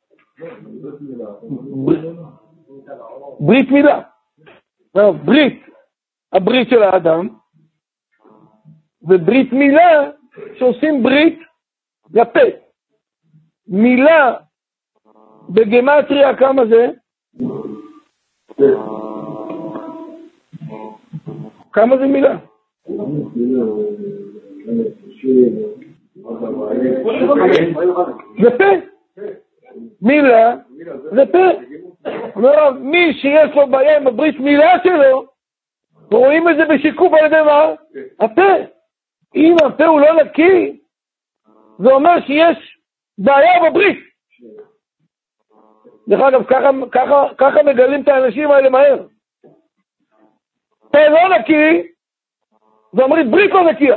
ברית מילה. ברית, הברית של האדם, וברית מילה שעושים ברית לפה. מילה בגמטריה כמה זה? כמה זה מילה? זה פה. מילה זה פה. מי שיש לו בעיה עם הברית מילה שלו, רואים את זה בשיקוף על ידי מה? הפה. אם הפה הוא לא נקי, זה אומר שיש בעיה בברית. דרך אגב, ככה מגלים את האנשים האלה מהר. פה לא נקי, זה אומרים ברית לא נקייה.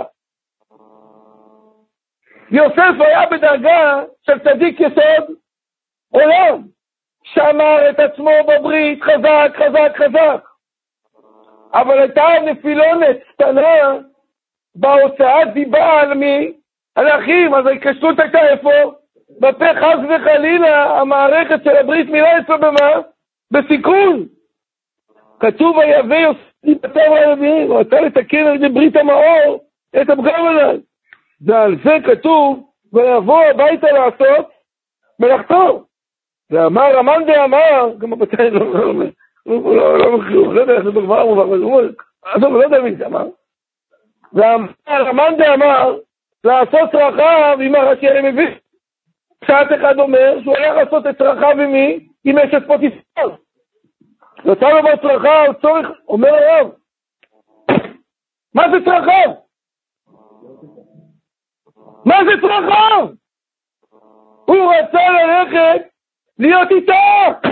יוסף היה בדרגה של צדיק יסוד עולם, שמר את עצמו בברית חזק, חזק, חזק. אבל הייתה נפילונת קטנה בהוצאת דיבה על האחים, אז ההתקשרות הייתה איפה? בפה חס וחלילה, המערכת של הברית מילה אצלו במה? בסיכון. כתוב ויבא יוסף דיבתם על אביהם, הוא רצה לתקן על ידי ברית המאור את הפגם עליו. ועל זה כתוב ויבוא הביתה לעשות מלאכתו. ואמר המן דאמר, גם הבתיים לא מכירו, לא יודע איך זה בגמרא מובן, אבל הוא לא יודע מי זה אמר. ואמר המן דאמר לעשות צרכיו עם הרשי אני מבין. פשט אחד אומר שהוא היה לעשות את צרכיו עם מי? עם אשת פוטיפר. יוצא לו בצרכיו צורך, אומר הרב, מה זה צרכיו? מה זה צרכיו? הוא רצה ללכת להיות איתה.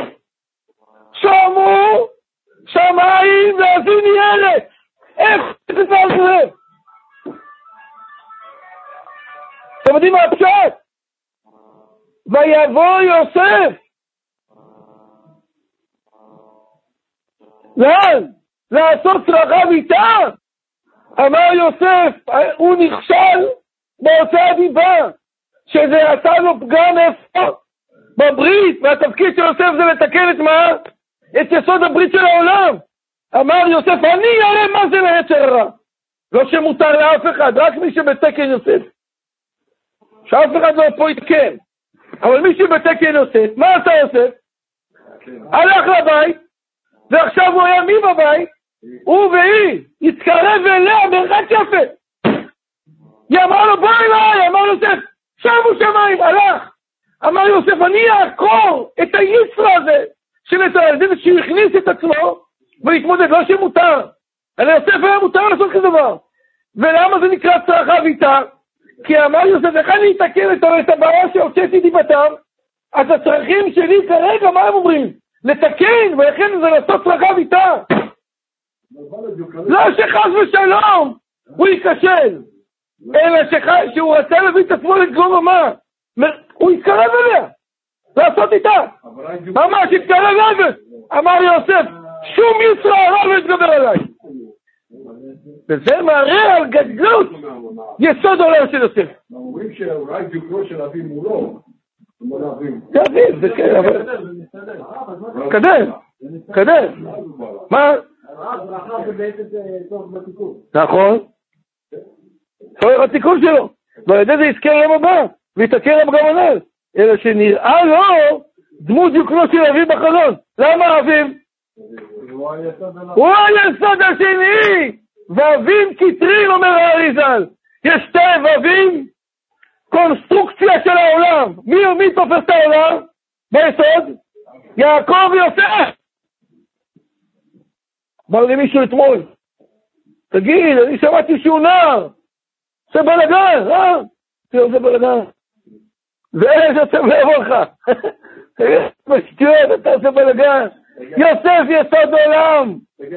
שמו שמיים ואזיני ארץ. איך זה זה? אתם יודעים מה הפשט? ויבוא יוסף. לאן? לעשות צרכיו איתה. אמר יוסף, הוא נכשל בהוצאת דיבה, שזה עשה לו פגם איפה? בברית, והתפקיד של יוסף זה לתקן את מה? את יסוד הברית של העולם. אמר יוסף, אני אראה מה זה ליצר הרע. לא שמותר לאף אחד, רק מי שבתקן יוסף. שאף אחד לא פה יתקן. אבל מי שבתקן יוסף, מה עשה יוסף? הלך לבית, ועכשיו הוא היה מי בבית? הוא והיא, התקרב אליה מרחק יפה. היא אמרה לו, בוא אליי, אמר יוסף, שמו שמיים, הלך. אמר יוסף, אני אעקור את היצרה הזה, זה שהוא הכניס את עצמו, ולהתמודד, לא שמותר. אלא יוסף היה מותר לעשות כזה דבר. ולמה זה נקרא צרכיו איתה? כי אמר יוסף, איך אני אתקן את הבעיה שהוצאתי דיבתם? אז הצרכים שלי כרגע, מה הם אומרים? לתקן, ולכן זה לעשות צרכיו איתה. לא שחס ושלום, הוא ייכשל. אלא שהוא רצה להביא את עצמו לגלום מה? הוא התקרב אליה, לעשות איתה. ממש התקרב אליה. אמר יוסף, שום יצרה הרע לא יתגבר עליי. וזה מראה על גדלות יסוד עולם של יוסף. אומרים שאולי דיוקו של אבי מולו. זה אביב, זה כן, אבל... קדם. מה? ברכה זה בעצם טוב בתיקון. נכון. צורך התיקון שלו. ועל ידי זה יזכה להם הבא, ויתקר להם גם הנס. אלא שנראה לו דמות דיוקנו של אביו בחלון. למה אביו? הוא היסוד השני. ואבים כתרים, אומר האריז"ל. יש שתי ואבים, קונסטרוקציה של העולם. מי תופס את העולם? ביסוד? יעקב ויוסף. אמר לי מישהו אתמול, תגיד, אני שמעתי שהוא נער, זה בלגן, זה בלגן. ואלה יוסף לעבור לך. בשטויות, אתה עושה בלגן. יוסף יסוד עולם.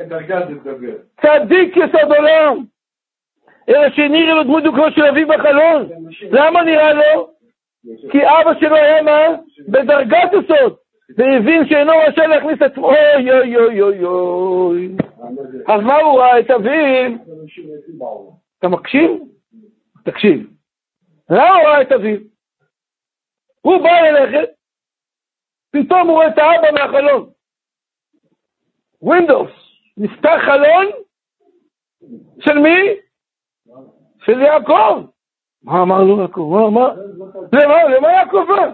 צדיק יסוד עולם. אלא שנראה לו דמות דוקנו של אביו בחלון. למה נראה לו? כי אבא שלו היה מה? בדרגת יסוד. והבין שאינו רשאי להכניס את עצמו. אוי אוי אוי אוי אוי. אז מה הוא ראה את אביו? אתה מקשיב? תקשיב. למה הוא ראה את אביו? הוא בא ללכת, פתאום הוא רואה את האבא מהחלון. ווינדוס, נפתח חלון של מי? של יעקב. מה אמר לו יעקב? למה יעקב בא?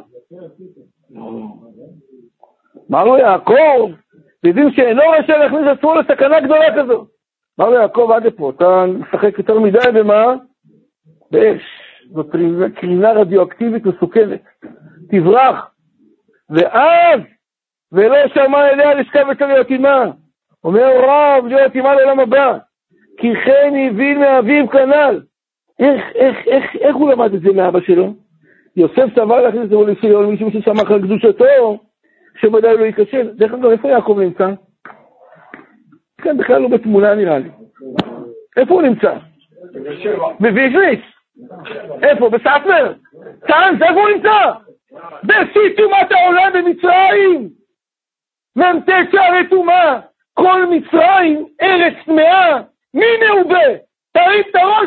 אמר לו יעקב, יודעים שאינו רשאי להכניס את עצמו לסכנה גדולה כזו. אמר לו יעקב, עד לפה, אתה משחק יותר מדי במה? באש. זאת קרינה רדיואקטיבית מסוכנת. תברח. ואז, ולא שמע אליה לשכב אצל יתימה. אומר רב, יתימה לעולם הבא. כי כן הבין מאביו כנ"ל. איך הוא למד את זה מאבא שלו? יוסף סבר להכניס את זה לסיון, מישהו ששמח על קדושתו, שמדי לא ייכשל. דרך אגב, איפה יעקב נמצא? כן, בכלל לא בתמונה נראה לי. איפה הוא נמצא? בוויז'ניץ. איפה? בספר? כאן, איפה הוא נמצא? בשיא תומת העולם במצרים. מ"ט שערי תומה. כל מצרים, ארץ טמאה. מי מעובה? תרים את הראש,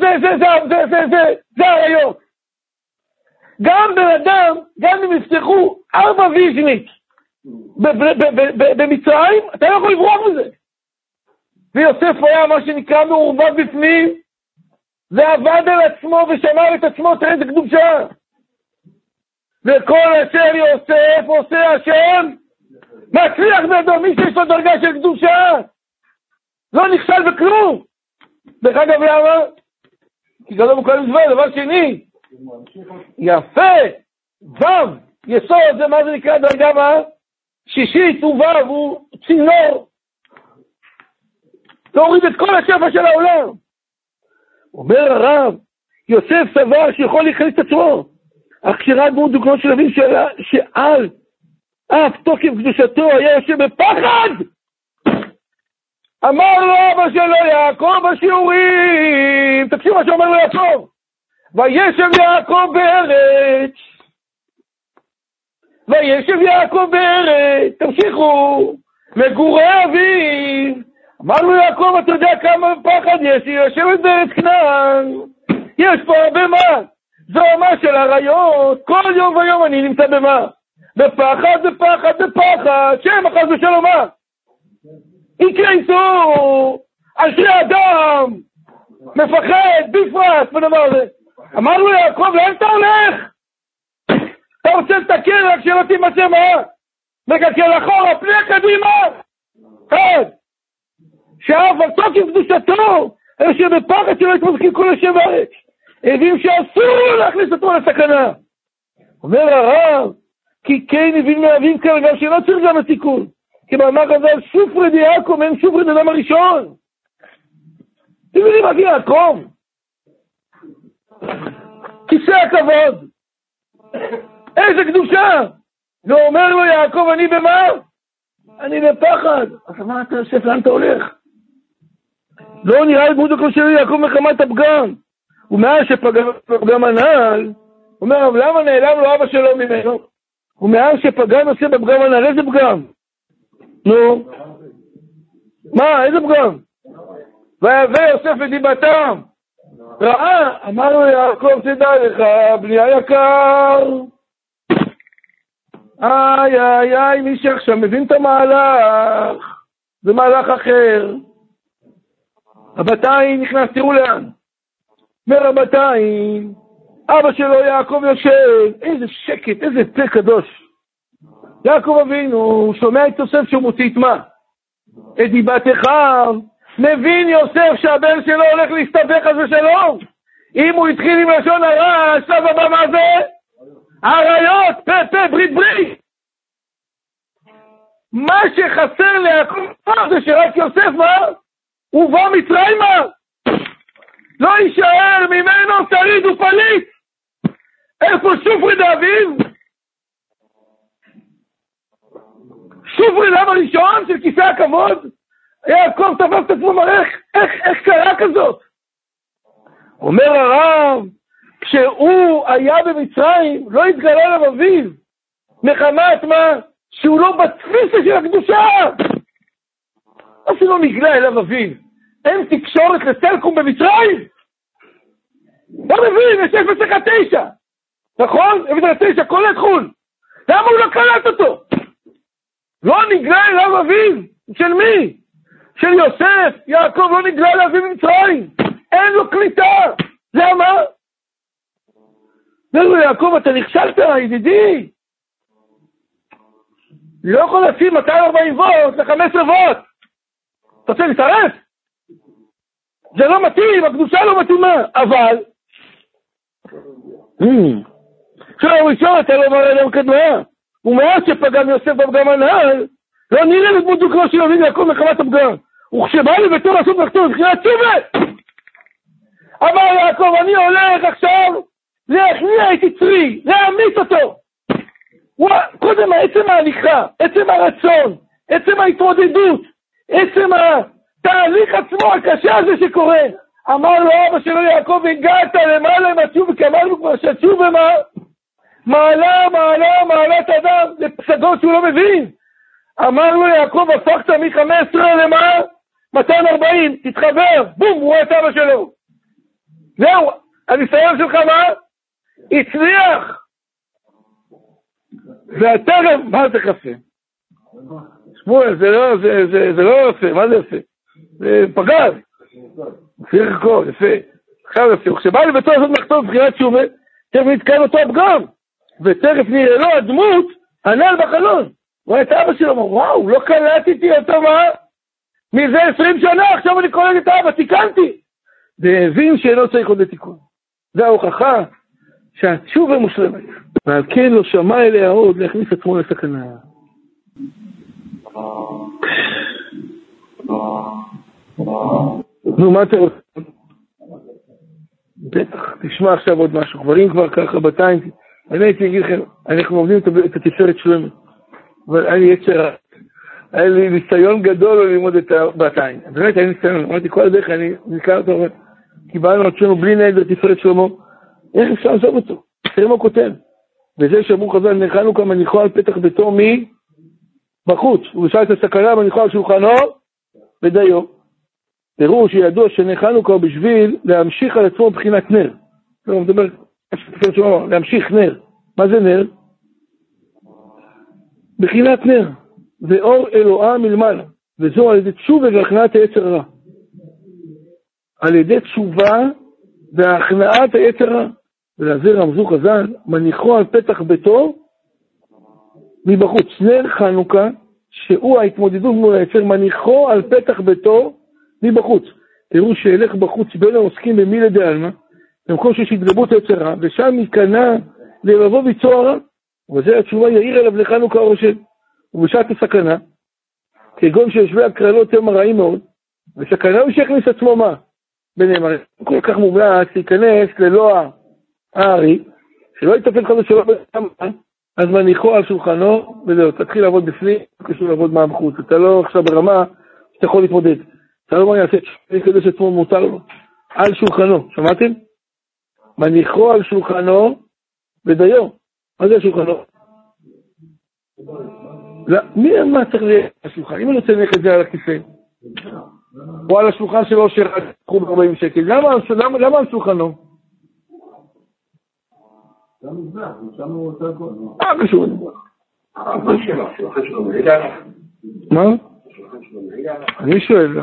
זה הרעיות. גם בן אדם, גם אם יפתחו 4 ויז'ניץ במצרים, אתה לא יכול לברוח מזה. ויוסף היה מה שנקרא מעורבב בפנים, ועבד על עצמו ושמר את עצמו, תראה איזה קדושה. וכל אשר יוסף עושה השם, מצליח בידו. מי שיש לו דרגה של קדושה, לא נכשל בכלום. דרך אגב, למה? כי גדול בכל מצווה, דבר שני, יפה, וו, יסוד, זה מה זה נקרא דרגה מה? שישית הוא וו, הוא צינור. להוריד את כל השפע של העולם. אומר הרב, יוסף סבר שיכול להיכנס את עצמו, אך כשראה דמות דוקנו של אביו שעל אף תוקף קדושתו היה יושב בפחד. אמר לו אבא שלו יעקב בשיעורים, תקשיב מה שאומר לו יעקב, וישב יעקב בארץ, וישב יעקב בארץ, תמשיכו, מגורי אביו. אמר לו יעקב, אתה יודע כמה פחד יש לי לשבת בארץ כנען, יש פה הרבה מה, זו מה של הריות, כל יום ויום אני נמצא במה, בפחד, בפחד, בפחד, שם אחת ושלום מה, יקרייסו, אשרי אדם, מפחד, בפרט, בדבר הזה. אמר לו יעקב, לאן אתה הולך? אתה רוצה לתקן רק שלא תימצא מה? מקלקל אחורה, פני קדימה. אחד, שאף על תוקף קדושתו, אלא שבפחד שלא יתמזכים כל השם בארץ. הבין שאסור לו להכניס אותו לסכנה. אומר הרב, כי כן הבין מאבים כאלה, גם שלא צריך גם התיקון. כי מאמר הזה, שופרי דיעקב, אין שופרי דדם הראשון. אתם יודעים מה זה יעקב? כיסא הכבוד. איזה קדושה. ואומר לו יעקב, אני במה? אני בפחד. אז מה אתה יוסף, לאן אתה הולך? לא נראה לי דמות דוקנו של יעקב מחמת הפגם. ומאז שפגם הנעל, אומר, אבל למה נעלם לו אבא שלו ממנו? ומאז שפגם עושה בפגם הנעל, איזה פגם? נו, מה, איזה פגם? ויבא יוסף לדיבתם. ראה, אמר לו יעקב, תדע לך, בני היקר. איי, מי שעכשיו מבין את המהלך, זה מהלך אחר. רבתיים נכנס, תראו לאן. אומר רבתיים, אבא שלו יעקב יושב, איזה שקט, איזה פה קדוש. יעקב אבינו, הוא שומע את יוסף שהוא מוציא את מה? את דיבת אחיו. מבין יוסף שהבן שלו הולך להסתבך על זה שלום. אם הוא התחיל עם לשון הרע, השלב הבא מה זה? עריות, פה, ברית ברית. מה שחסר ליעקב זה שרק יוסף מה? הוא בא מצרימה. לא יישאר ממנו שריד ופליט. איפה שופרי דאביב? שופרי למה ראשון של כיסא הכבוד? יעקב תפס את עצמו מרח, איך קרה כזאת? אומר הרב, כשהוא היה במצרים, לא התגלה עליו אביו, מחמת מה? שהוא לא בתפיסה של הקדושה. אפילו נגלה אליו אביו. אין תקשורת לסלקום במצרים? לא מבין, יש 0.9. נכון? 0.9 קולט חול. למה הוא לא קלט אותו? לא נגלה אליו אביו. של מי? של יוסף. יעקב לא נגלה אליו אביו במצרים. אין לו קליטה. למה? אומר לו יעקב, אתה נכשלת, ידידי. לא יכול לשים 240 וולט ל-15 וולט. אתה רוצה להתערף? זה לא מתאים, הקדושה לא מתאימה. אבל עכשיו ראשון אתה לא מראה להם קדמה. ומאז שפגם יוסף בפגם הנהל, לא נראה לדמות דוקרו של אביו יעקב מחמת הפגם. וכשבא לי בתור לעשות מחתום מבחינת תשובה, אמר יעקב, אני הולך עכשיו להכניע את יצרי, להעמיס אותו. קודם עצם ההליכה, עצם הרצון, עצם ההתמודדות, עצם התהליך עצמו הקשה הזה שקורה. אמר לו אבא שלו יעקב, הגעת למעלה עם התשובה, כי אמרנו כבר שהתשובה מעלת אדם, זה פסגות שהוא לא מבין. אמר לו יעקב, הפכת מ-15 למה? 240, תתחבר, בום, הוא רואה את אבא שלו. זהו, הניסיון שלך מה? הצליח. והטרם, מה זה חפה? שמואל, זה לא יפה, מה זה יפה? זה פגז. צריך לחקור, יפה. עכשיו יפה, כשבא לי בתור הזאת מחתום בחינת שובה, תכף נתקן אותו הפגם. ותכף נראה לו הדמות, הנעל בחלון. הוא רואה את אבא שלו, אמר, וואו, לא קלטתי אותו מה? מזה 20 שנה, עכשיו אני קולט את האבא, תיקנתי. והבין שאינו צריך עוד לתיקון. זה ההוכחה שהתשובה מושלמת. ועל כן לא שמע אליה עוד להכניס עצמו לסכנה. נו, מה אתה רוצה? בטח, תשמע עכשיו עוד משהו. גברים כבר ככה בתיים. אני הייתי להגיד לכם, אנחנו עובדים את התפארת שלנו. אבל היה לי ניסיון גדול ללמוד את בתיים. באמת, היה לי ניסיון. אמרתי, כל הדרך אני נזכר אותו, אבל קיבלנו את שלנו בלי נהל בתפארת שלמה. איך אפשר לעזוב אותו? תראה מה הוא כותב. וזה שאמרו חז"ל, נחנו כמה מניחו על פתח ביתו מבחוץ. הוא שאל את הסכנה מניחו על שולחנו ודיו. תראו שידוע שנחנו כבר בשביל להמשיך על עצמו מבחינת נר. הוא מדבר, להמשיך נר. מה זה נר? בחינת נר. ואור אלוהה מלמעלה. וזו על ידי תשובה והכנעת היצר הרע. על ידי תשובה והכנעת היצר הרע. ולזה רמזו חז"ל, מניחו על פתח ביתו מבחוץ. נר חנוכה, שהוא ההתמודדות מול היצר, מניחו על פתח ביתו מבחוץ. תראו שילך בחוץ בין העוסקים במילי דעלמא, במקום שיש התגברות היצר רע, ושם ייכנע לבבו ביצוע הרע. וזה התשובה יאיר אליו לחנוכה הראשי. ובשעת הסכנה, כגון שיושבי הקרנות הם רעים מאוד, וסכנה הוא שיכניס עצמו מה? ביניהם, כל כך מומלץ להיכנס ללוע הארי, שלא יתפל חדש שלא במה, אז מניחו על שולחנו, וזהו, תתחיל לעבוד בפנים, כשהוא לעבוד מהמחוץ. אתה לא עכשיו ברמה שאתה יכול להתמודד. אתה לא מה יעשה, כדי שעצמו מותר לו. על שולחנו, שמעתם? מניחו על שולחנו, ודיו. מה זה השולחנו? מי מה צריך להיות על השולחן? אם אני רוצה ללכת את זה על הכיסא, או על השולחן שלו שרק קחו ב-40 שקל, למה על שולחנו? קשור למזרח. מה? אני שואל,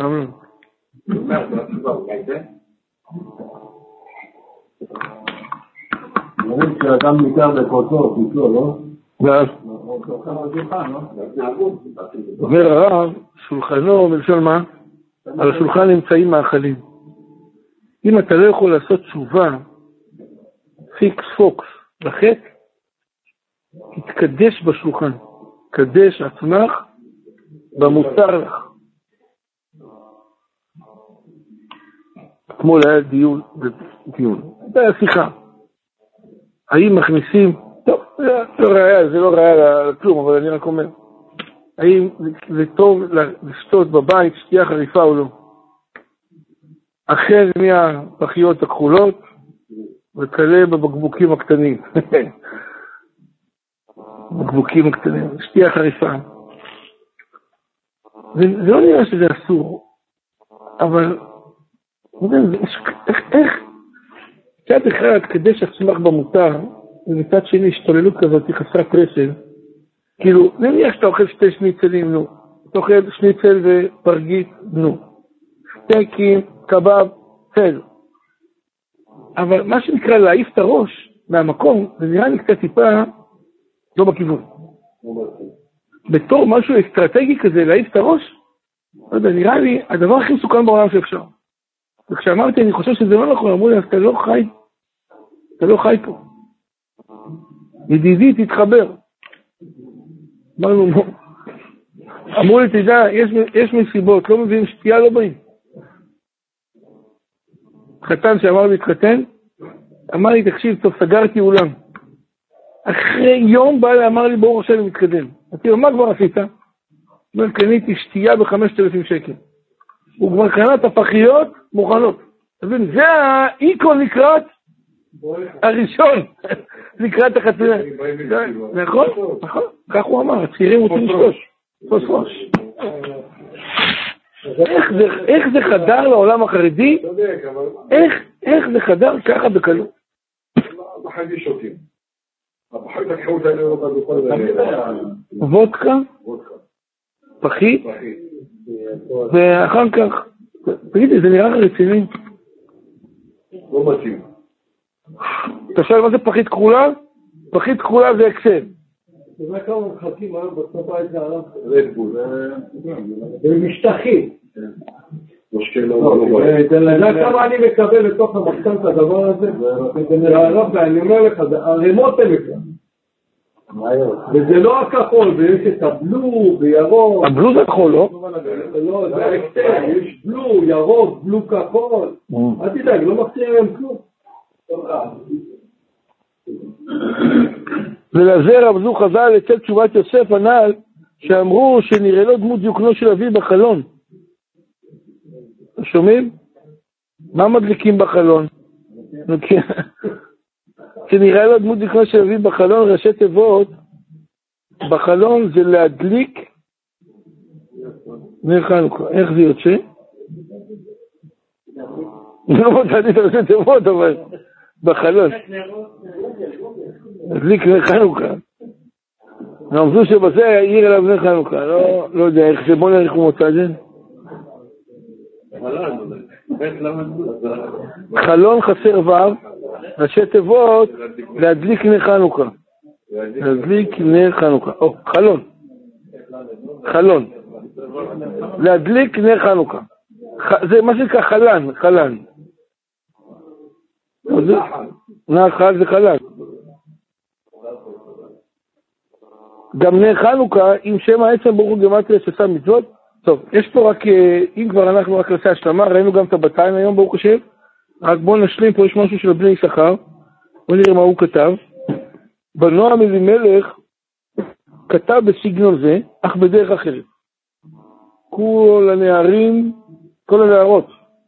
אומרים שאדם ניכר בקוצו, פיצו, לא? ואז אומר הרב, שולחנו, מלשון מה? על השולחן נמצאים מאכלים. אם אתה לא יכול לעשות תשובה, פיקס פוקס, לחץ, תתקדש בשולחן. קדש עצמך במותר לך. אתמול היה דיון. הייתה שיחה. האם מכניסים, טוב, זה לא ראיה לכלום, אבל אני רק אומר, האם זה טוב לשתות בבית שתייה חריפה או לא? החל מהפחיות הכחולות וכלה בבקבוקים הקטנים. בקבוקים הקטנים, שתייה חריפה. זה לא נראה שזה אסור, אבל איך מצד אחד קדש עצמך במותר, ומצד שני השתוללות כזאת היא חסרת רסן. כאילו, נניח שאתה אוכל שתי שניצלים, נו. אתה אוכל שניצל ופרגית, נו. סטייקים, קבב, צל. אבל מה שנקרא להעיף את הראש מהמקום, זה נראה לי קצת טיפה לא בכיוון. בתור משהו אסטרטגי כזה, להעיף את הראש, לא יודע, נראה לי הדבר הכי מסוכן בעולם שאפשר. וכשאמרתי, אני חושב שזה לא נכון, אמרו לי, אתה לא חי פה. ידידי, תתחבר. אמרו לי, תדע, יש מסיבות, לא מביאים שתייה, לא באים. חתן שאמר לי, תחתן, אמר לי, תקשיב, טוב, סגרתי אולם. אחרי יום בא לי, אמר לי, ברוך השם, מתקדם. אמרתי לו, מה כבר עשית? אומר, קניתי שתייה ב5,000 שקל. הוא כבר קנה את הפחיות מוכנות. תבין, זה האיקון לקראת הראשון, לקראת החתונה. נכון? נכון. כך הוא אמר, הצעירים רוצים לשלוש. פוספוש. איך זה חדר לעולם החרדי? איך זה חדר ככה בקלות? בחרדי שותים. הפחית לקחו אותה לאירופה בכל זה. וודקה? פחית? ואחר כך, תגידי, זה נראה רציני? לא מתאים. אתה שואל מה זה פחית כחולה? פחית כחולה זה אקסל. זה מה כמה מחלקים היום בסוף העד לערב? רדבול. זה משטחים. זה כמה אני מקבל לתוך המחסן את הדבר הזה? ואני אומר לך, זה ערימות אלפים. וזה לא הכחול, ויש את הבלו וירוק. הבלו זה כחול, לא? לא, זה האקסל, יש בלו, ירוק, בלו כחול. אל תדאג, לא מחסים להם כלום. ולזה רמזו חז"ל אצל תשובת יוסף הנ"ל, שאמרו שנראה לו דמות דיוקנו של אביו בחלון. שומעים? מה מדליקים בחלון? שנראה לו דמות דיוקנו של אביו בחלון, ראשי תיבות, בחלון זה להדליק נר חנוכה. איך זה יוצא? לא מוצאתי את ראשי תיבות, אבל בחלון. להדליק נר חנוכה. רמזו שבזה יעיר אליו נר חנוכה. לא יודע איך זה, בוא נראה איך הוא מוצא את זה. חלון חסר ו', ראשי תיבות, להדליק נר חנוכה. להדליק נר חנוכה. חלון. חלון. להדליק נר חנוכה. זה מה שנקרא חלן, חלן. נחל זה חלן. גם נר חנוכה, עם שם העצם ברוך הוא גמטריה שעשה מצוות. טוב, יש פה רק, אם כבר אנחנו רק נעשה השלמה, ראינו גם את הבתיים היום ברוך השם, רק בואו נשלים, פה יש משהו של בני יששכר, בואו נראה מה הוא כתב. בנועם אלימלך כתב בסגנון זה, אך בדרך אחרת. כל הנערים, כל הנערות.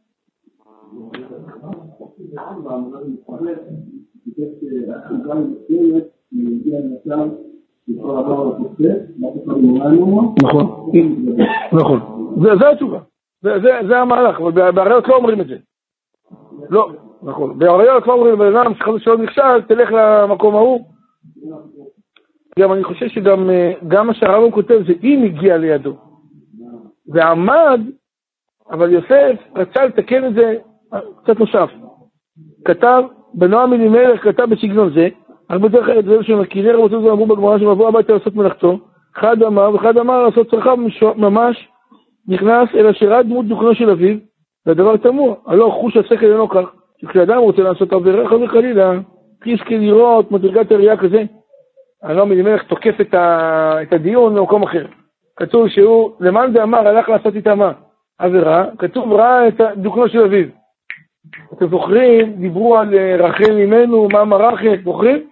נכון, נכון. זה התשובה. זה המהלך, אבל בעריות לא אומרים את זה. לא, נכון. בעריות לא אומרים, בן אדם שלא נכשל, תלך למקום ההוא. גם אני חושב שגם מה שהרב כותב זה אם הגיע לידו. ועמד, אבל יוסף רצה לתקן את זה קצת נוסף. כתב, בנועם אלימלך כתב בסגנון זה, אך בדרך כלל את זה שמכירי רבותינו ואמרו בגמרא שמבוא הביתה לעשות מלאכתו, אחד אמר ואחד אמר לעשות צרכיו ממש נכנס אל אשרת דמות דוכנו של אביו, והדבר תמוה, הלא חוש השכל אינו כך, שכשאדם רוצה לעשות עבירה חס וחלילה, חיזקי לראות מדרגת הראייה כזה, הנועם אלימלך תוקף את הדיון במקום אחר. כתוב שהוא, למען זה אמר, הלך לעשות איתה מה? עבירה, כתוב ראה את דוכנו של אביו. אתם זוכרים, דיברו על רחל ממנו, מה אמר רחל, זוכרים?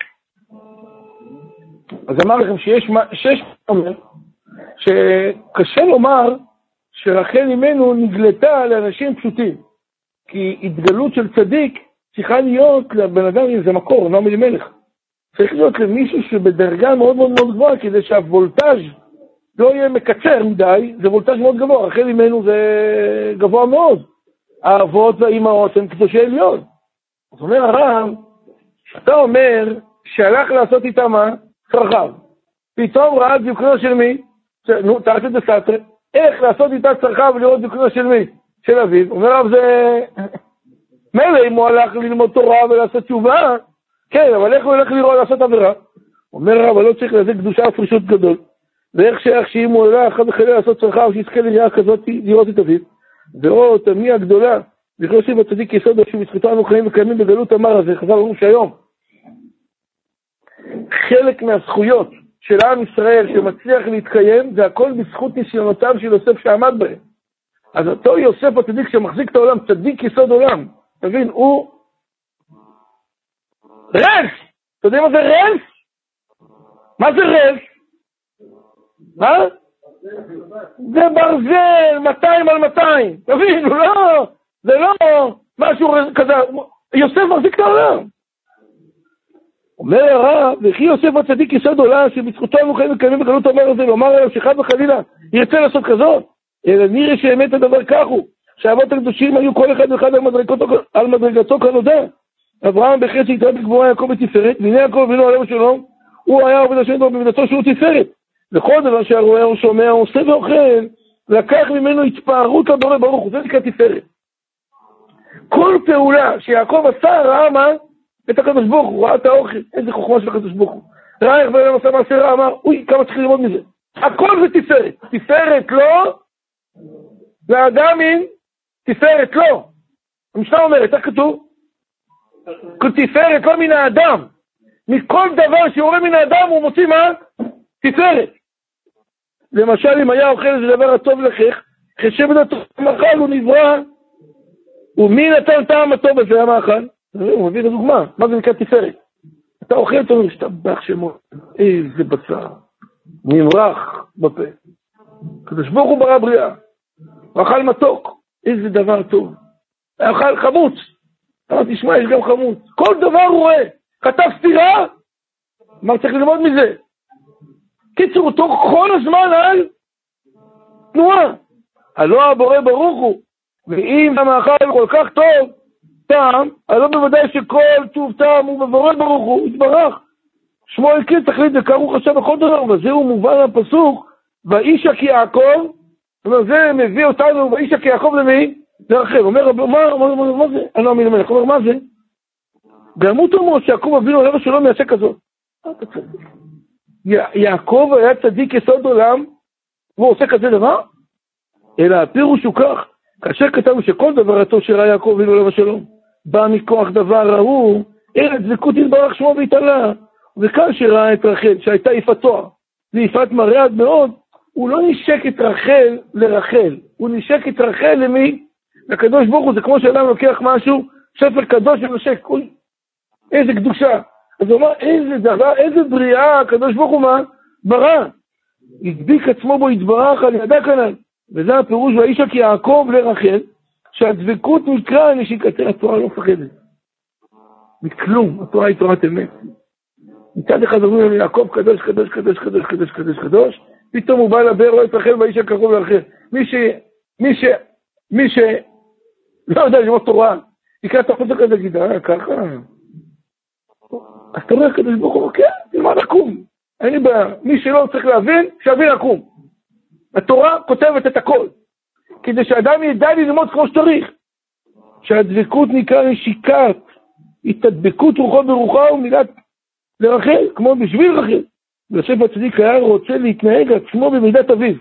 אז אמר לכם שיש אומר, שקשה לומר שרחל ממנו נגלתה לאנשים פשוטים, כי התגלות של צדיק צריכה להיות לבן אדם, זה מקור, נועם אלימלך. צריך להיות למישהו שבדרגה מאוד מאוד מאוד גבוהה, כדי שהוולטאז' לא יהיה מקצר מדי, זה וולטאז' מאוד גבוה, רחל ממנו זה גבוה מאוד. האבות והאימהות הם קדושי עליון. זאת אומרת הרב, אתה אומר שהלך לעשות איתה מה? צרכיו. פתאום ראה דוכנו של מי? נו, תעשת בסתר. איך לעשות איתה צרכיו ולראות דוכנו של מי? של אביו. אומר רב זה... מילא אם הוא הלך ללמוד תורה ולעשות תשובה, כן, אבל איך הוא הולך לראות לעשות עבירה? אומר רב, אבל לא צריך לזה קדושה ופרישות גדול. ואיך שאם הוא הולך חד וחלילה לעשות צרכיו, שיזכה לראה כזאת לראות את אביו. ועוד תמי הגדולה, וכלל שיב הצדיק יסוד שבזכותו אנו חיים וקיימים בגלות המר הזה, חז"ל אומרים שהיום חלק מהזכויות של עם ישראל שמצליח להתקיים, זה הכל בזכות ניסיונותיו של יוסף שעמד בהם. אז אותו יוסף הצדיק שמחזיק את העולם, צדיק יסוד עולם, תבין, הוא רלס! אתה יודע מה זה רלס? מה זה רלס? מה? זה ברזל, 200 על 200. תבין, לא, זה לא משהו כזה. יוסף מחזיק את העולם. אומר הרב, וכי יוסף הצדיק יסוד עולם, שבזכותו אנו חיים וקיימים בגלות המר הזה, לומר עליו שחד וחלילה ירצה לעשות כזאת, אלא נראה שאמת הדבר כך הוא, שהאבות הקדושים היו כל אחד ואחד על מדרגתו כנודע. אברהם בחטא יתראה בגבורה, יעקב בתפארת, והנה יעקב אבינו עליו השלום, הוא היה עובד השם במידתו שהוא תפארת. וכל דבר שהרואה או שומע או עושה ואוכל, לקח ממנו התפארות לבורא ברוך הוא, זה נקרא תפארת. כל פעולה שיעקב עשה ראה מה? את הקדוש ברוך הוא, ראה את האוכל, איזה חוכמה של הקדוש ברוך הוא. ראה איך בעולם עשה מעשה רע, אמר, אוי, כמה צריך ללמוד מזה. הכל זה תפארת. תפארת לא, לאדם עם תפארת לא. המשנה אומרת, איך כתוב? תפארת לא מן האדם. מכל דבר שיורה מן האדם הוא מוציא מה? תפארת. למשל, אם היה אוכל איזה דבר הטוב לכך, חשב את המאכל, הוא נברא, ומי נתן טעם הטוב הזה המאכל? הוא מביא לדוגמה, מה זה נקרא תפארת? אתה אוכל, אתה אומר, משתבח שמו, איזה בצר, נמרח בפה. הקדוש ברוך הוא ברא בריאה, הוא אכל מתוק, איזה דבר טוב. אכל חמוץ, תשמע, יש גם חמוץ. כל דבר הוא רואה, כתב סתירה, מה צריך ללמוד מזה? קיצור, אותו כל הזמן על תנועה. הלא הבורא ברוך הוא, ואם המאכל כל כך טוב, טעם, הלא בוודאי שכל טוב טעם הוא בבורא ברוך הוא, התברך. שמו אלקין תכלית וקרו חשב בכל דבר, וזהו מובן הפסוק, ואישה כי יעקב, זה מביא אותנו, ואישה כי יעקב למי? לרחל. אומר, מה זה? אני לא אמיל מלך, אומר, מה זה? גרמות אומרות שיעקב אבינו עליו השלום יעשה כזאת. יעקב היה צדיק יסוד עולם, והוא עושה כזה דבר? אלא הפירוש הוא כך, כאשר כתבנו שכל דבר הטוב שראה יעקב אבינו עליו השלום, בא מכוח דבר ראו, אלא דבקות יתברך שמו והתעלה. וכאן שראה את רחל, שהייתה יפת תואר, ויפת מראה עד מאוד, הוא לא נשק את רחל לרחל, הוא נשק את רחל למי? לקדוש ברוך הוא. זה כמו שאדם לוקח משהו, ספר קדוש ונשק, איזה קדושה. אז הוא אומר, איזה דבר, איזה בריאה, הקדוש ברוך הוא מה? ברא. הדביק עצמו בו יתברך על ידה כנן. וזה הפירוש, והאישה כי יעקב לרחל, שהדבקות נקרא נשיקתה, התורה לא מפחדת. מכלום, התורה היא תורת אמת. מצד אחד אומרים לנו, יעקב קדוש, קדוש, קדוש, קדוש, קדוש, קדוש, קדוש, פתאום הוא בא לבאר, לא יתרחל והאישה קרוב לרחל. מי ש... לא יודע, ללמוד תורה, יקרא את החוצה כזה, גידה, ככה. אז אתה רואה הקדוש ברוך הוא, כן, תלמד לקום. אין לי בעיה. מי שלא צריך להבין, שיבין לקום. התורה כותבת את הכל. כדי שאדם ידע ללמוד כמו שצריך. שהדבקות נקרא נשיקת התדבקות רוחו ברוחו ומילת לרחל, כמו בשביל רחל. יוסף הצדיק היה רוצה להתנהג עצמו במידת אביו.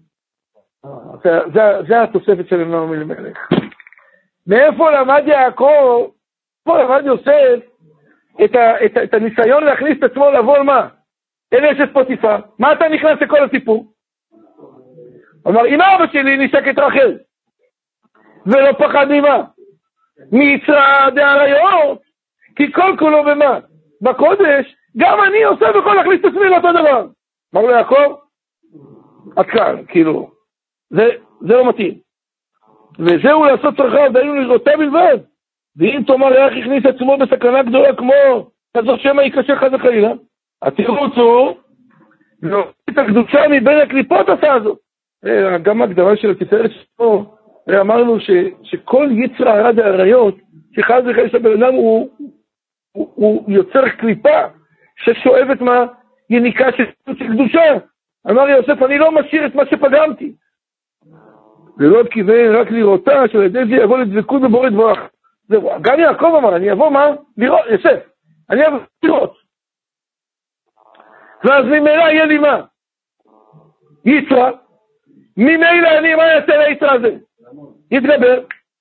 זה התוספת של נועם אלימלך. מאיפה למד יעקב, פה למד יוסף, את הניסיון להכניס את עצמו לבוא על מה? אלה אשת פוטיפר. מה אתה נכנס לכל הסיפור? אמר, אמא אבא שלי נשק את רחל. ולא פחד ממה? מיצרה דעריות. כי כל כולו במה? בקודש, גם אני עושה בכל להכניס את עצמי לאותו דבר. אמר לו יעקב, עד כאן, כאילו, זה לא מתאים. וזהו לעשות צרכיו, דיינו לראותה בלבד. ואם תאמר איך הכניס עצמו בסכנה גדולה כמו, כזו שמא יקשה חד וחלילה, התירוץ הוא, להוציא את הקדושה מבין הקליפות עשה זאת. גם הקדמה של התפארת שלו, אמרנו שכל יצר הרע דעריות, שחד וחלילה של בן אדם הוא יוצר קליפה, ששואבת מהיניקה של קדושה. אמר יוסף, אני לא משאיר את מה שפגמתי. ולא כיוון רק לראותה, שעל ידי זה יבוא לדבקות בבורא דברך. זהו, גם יעקב אמר, אני אבוא מה? לראות, יוסף, אני אבוא לראות. ואז ממילא יהיה לי מה? יצרה. ממילא אני, מה יעשה ליצרה הזה? יתגבר.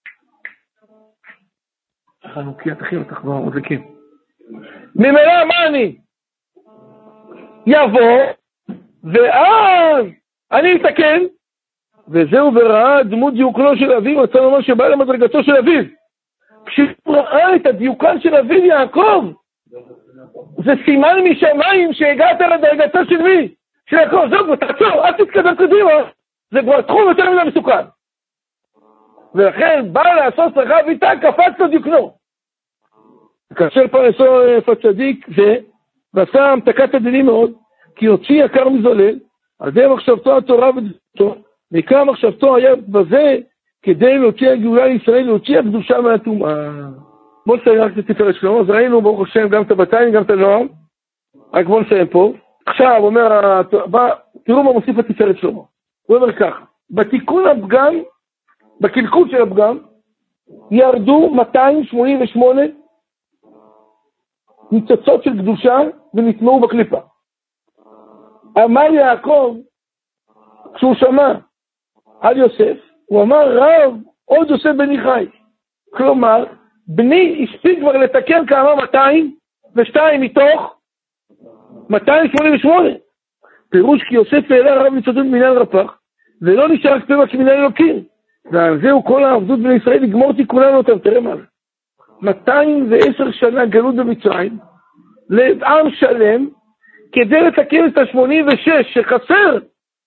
חנוכיה, תכין אותך במוזיקים. ממילא מה אני? יבוא, ואז אני אתקן, וזהו וראה דמות דיוקנו של אביו, רצה לומר שבא למדרגתו של אביו. כשהוא ראה את הדיוקן של אביו יעקב, זה סימן משמיים שהגעת לדרגתו של מי? של יעקב, זהו, תעצור, אל תתקדם קדימה, זה כבר תחום יותר מדי מסוכן. ולכן בא לעשות שכר ואיתה, קפץ לדיוקנו. כאשר פרסו הצדיק זה, ועשה המתקת הדינים מאוד, כי הוציא יקר מזולל, על ידי מחשבתו התורה ודתו, בעיקר מחשבתו היה בזה, כדי להוציא הגאולה לישראל, להוציא הקדושה מהטומאה. בואו נסיים רק את תפארת שלמה, אז ראינו ברוך השם גם את הבתיים, גם את הנועם, רק בואו נסיים פה. עכשיו אומר, תראו מה מוסיף התפארת שלמה. הוא אומר ככה, בתיקון הפגם, בקלקול של הפגם, ירדו 288 ניצוצות של קדושה ונטמעו בקליפה. אמר יעקב, כשהוא שמע על יוסף, הוא אמר רב עוד יוסף בני חי. כלומר, בני הספיק כבר לתקן כמה 202 מתוך 288. פירוש כי יוסף העלה רב ניצוצות במניין רפ"ח, ולא נשאר רק פרק מניין אלוקים. ועל זהו כל העבדות בני ישראל לגמור תיקוננו אותם. תראה מה זה. 210 שנה גלות במצרים, לעם שלם, כדי לתקן את ה-86 שחסר,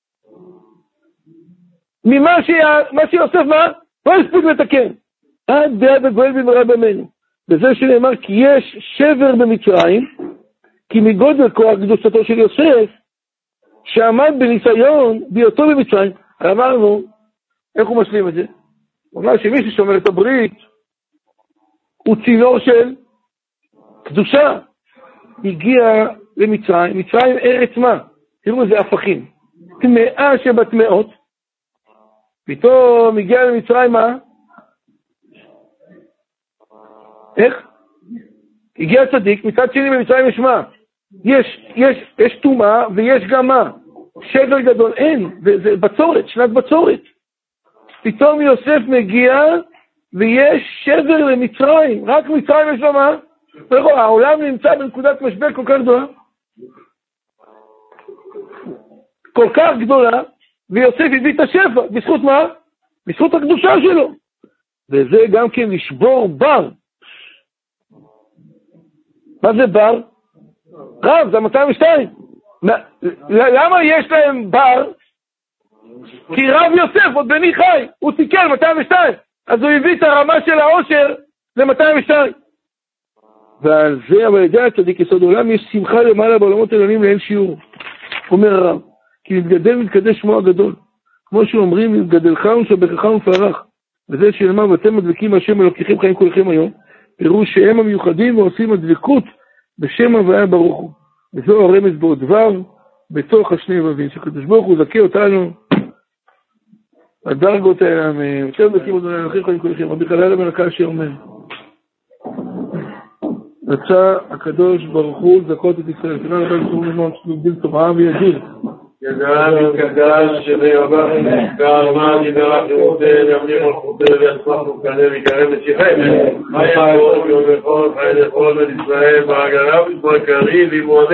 ממה שיוסף לא הספיק לתקן. עד דעה בגואל במהרה בימינו. בזה שנאמר כי יש שבר במצרים, כי מגודל כוח קדושתו של יוסף, שעמד בניסיון בהיותו במצרים. אמרנו, איך הוא משלים את זה? הוא אומר שמי ששומר את הברית, הוא צינור של קדושה. הגיע למצרים, מצרים ארץ מה? תראו איזה הפכים. טמאה שבטמאות. פתאום הגיע למצרים מה? איך? הגיע צדיק, מצד שני במצרים יש מה? יש טומאה ויש גם מה? שבר גדול, אין, זה בצורת, שנת בצורת. פתאום יוסף מגיע ויש שבר למצרים, רק מצרים יש לו מה? העולם נמצא בנקודת משבר כל כך גדולה. כל כך גדולה, ויוסף הביא את השפע, בזכות מה? בזכות הקדושה שלו. וזה גם כן לשבור בר. מה זה בר? רב, זה 202. למה יש להם בר? כי רב יוסף, עוד בני חי, הוא תיקל 202. אז הוא הביא את הרמה של העושר ל-202. ועל זה, אבל ידע הצדיק יסוד עולם, יש שמחה למעלה בעולמות העליונים לאין שיעור. אומר הרב, כי מתגדל מתקדש שמו הגדול. כמו שאומרים, מתגדלך ושבחך ופרח. וזה שנאמר, ואתם מדבקים השם אלוקיכם חיים כולכם היום, פירוש שהם המיוחדים ועושים הדבקות בשם הוויה ברוך הוא. וזו הרמז בעוד דבר, בתוך השני ובבין, שקדוש ברוך הוא זכה אותנו, הדרגות האלה, יותר דקים עוד אלוקיכם חיים כולכם, רבי חלל המלכה שאומר. רצה הקדוש ברוך הוא לזכות את ישראל. תודה רבה לצור ממון שתגדיל תורה ויגיל. ידעה מקדש שביובך וערמה דיברה חירותי וימליך על חוטי ויצמח וכנה ויקרב לשיחם חי יכול ובכל חי לכל בית ישראל בעגלה ושמע קרי ומועדה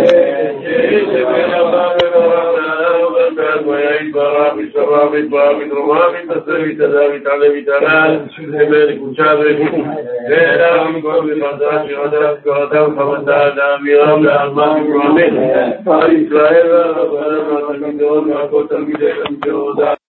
שביובך וברך לעלה וברכת והיה יתברך ושבח ויתברך ותרומה ויתנסה ויתעלה ויתעלה ויתעלה שבין קודשה ורחום ואלה מכל בפרדה שירדה וקורתה וחמתה אדם מירם לעלמה ומרמן על ישראל והרבה תלמידות והכל תלמידי תלמידות